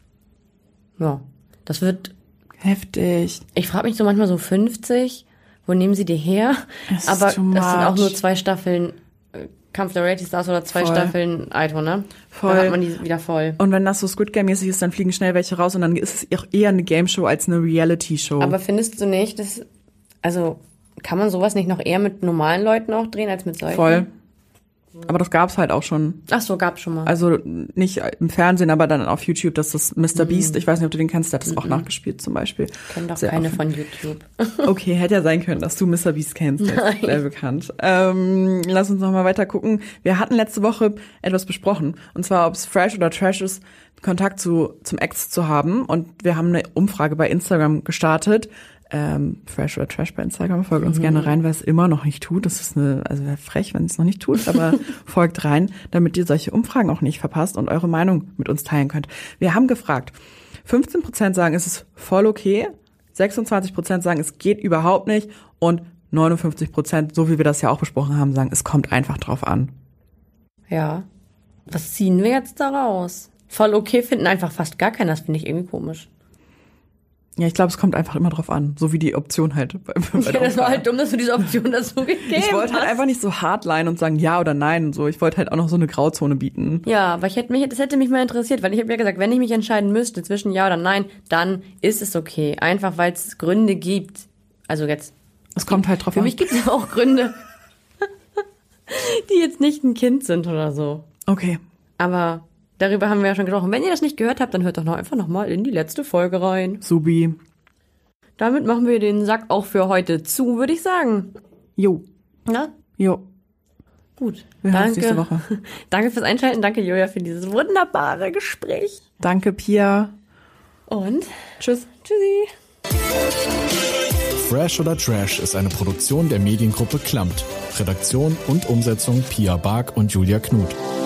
ja, das wird... Heftig. Ich frage mich so manchmal so fünfzig, wo nehmen sie die her? Das ist aber das too sind auch much. nur zwei Staffeln äh, Kampf der Reality Stars oder zwei Voll. Staffeln Aito, ne? Voll. Da hat man die wieder voll. Und wenn das so Squid Game-mäßig ist, dann fliegen schnell welche raus und dann ist es auch eher eine Game-Show als eine Reality-Show. Aber findest du nicht, dass, also kann man sowas nicht noch eher mit normalen Leuten auch drehen als mit solchen? Voll. Aber das gab's halt auch schon. Ach so, gab's schon mal. Also nicht im Fernsehen, aber dann auf YouTube, dass das Mister Beast, ich weiß nicht, ob du den kennst, der hat das auch nachgespielt zum Beispiel. Kennen doch Sehr keine offen. von YouTube. Okay, hätte ja sein können, dass du Mister Beast kennst. Der ist sehr bekannt. Ähm, lass uns noch mal weiter gucken. Wir hatten letzte Woche etwas besprochen. Und zwar, ob es Fresh oder Trash ist, Kontakt zu zum Ex zu haben. Und wir haben eine Umfrage bei Instagram gestartet. Ähm, Fresh oder Trash bei Instagram. Folgt uns mhm. gerne rein, wer es immer noch nicht tut. Das ist eine, also wäre frech, wenn es noch nicht tut, aber folgt rein, damit ihr solche Umfragen auch nicht verpasst und eure Meinung mit uns teilen könnt. Wir haben gefragt. fünfzehn Prozent sagen, es ist voll okay. sechsundzwanzig Prozent sagen, es geht überhaupt nicht. Und neunundfünfzig Prozent, so wie wir das ja auch besprochen haben, sagen, es kommt einfach drauf an. Ja. Was ziehen wir jetzt daraus? Voll okay finden einfach fast gar keiner. Das finde ich irgendwie komisch. Ja, ich glaube, es kommt einfach immer drauf an. So wie die Option halt. Bei, bei Ja, das war halt dumm, dass du diese Option dazu gegeben hast. Ich wollte halt einfach nicht so hardline und sagen ja oder nein und so. Ich wollte halt auch noch so eine Grauzone bieten. Ja, aber ich hätte mich, das hätte mich mal interessiert, weil ich habe ja gesagt, wenn ich mich entscheiden müsste zwischen ja oder nein, dann ist es okay. Einfach, weil es Gründe gibt. Also jetzt. Es kommt halt drauf Für an. mich gibt es ja auch Gründe, die jetzt nicht ein Kind sind oder so. Okay. Aber darüber haben wir ja schon gesprochen. Wenn ihr das nicht gehört habt, dann hört doch noch einfach nochmal in die letzte Folge rein. Subi. Damit machen wir den Sack auch für heute zu, würde ich sagen. Jo. Na? Jo. Gut. Wir hören uns Danke. nächste Woche. Danke fürs Einschalten. Danke, Julia, für dieses wunderbare Gespräch. Danke, Pia. Und Tschüss. tschüssi. Fresh oder Trash ist eine Produktion der Mediengruppe Klammt. Redaktion und Umsetzung Pia Bark und Julia Knuth.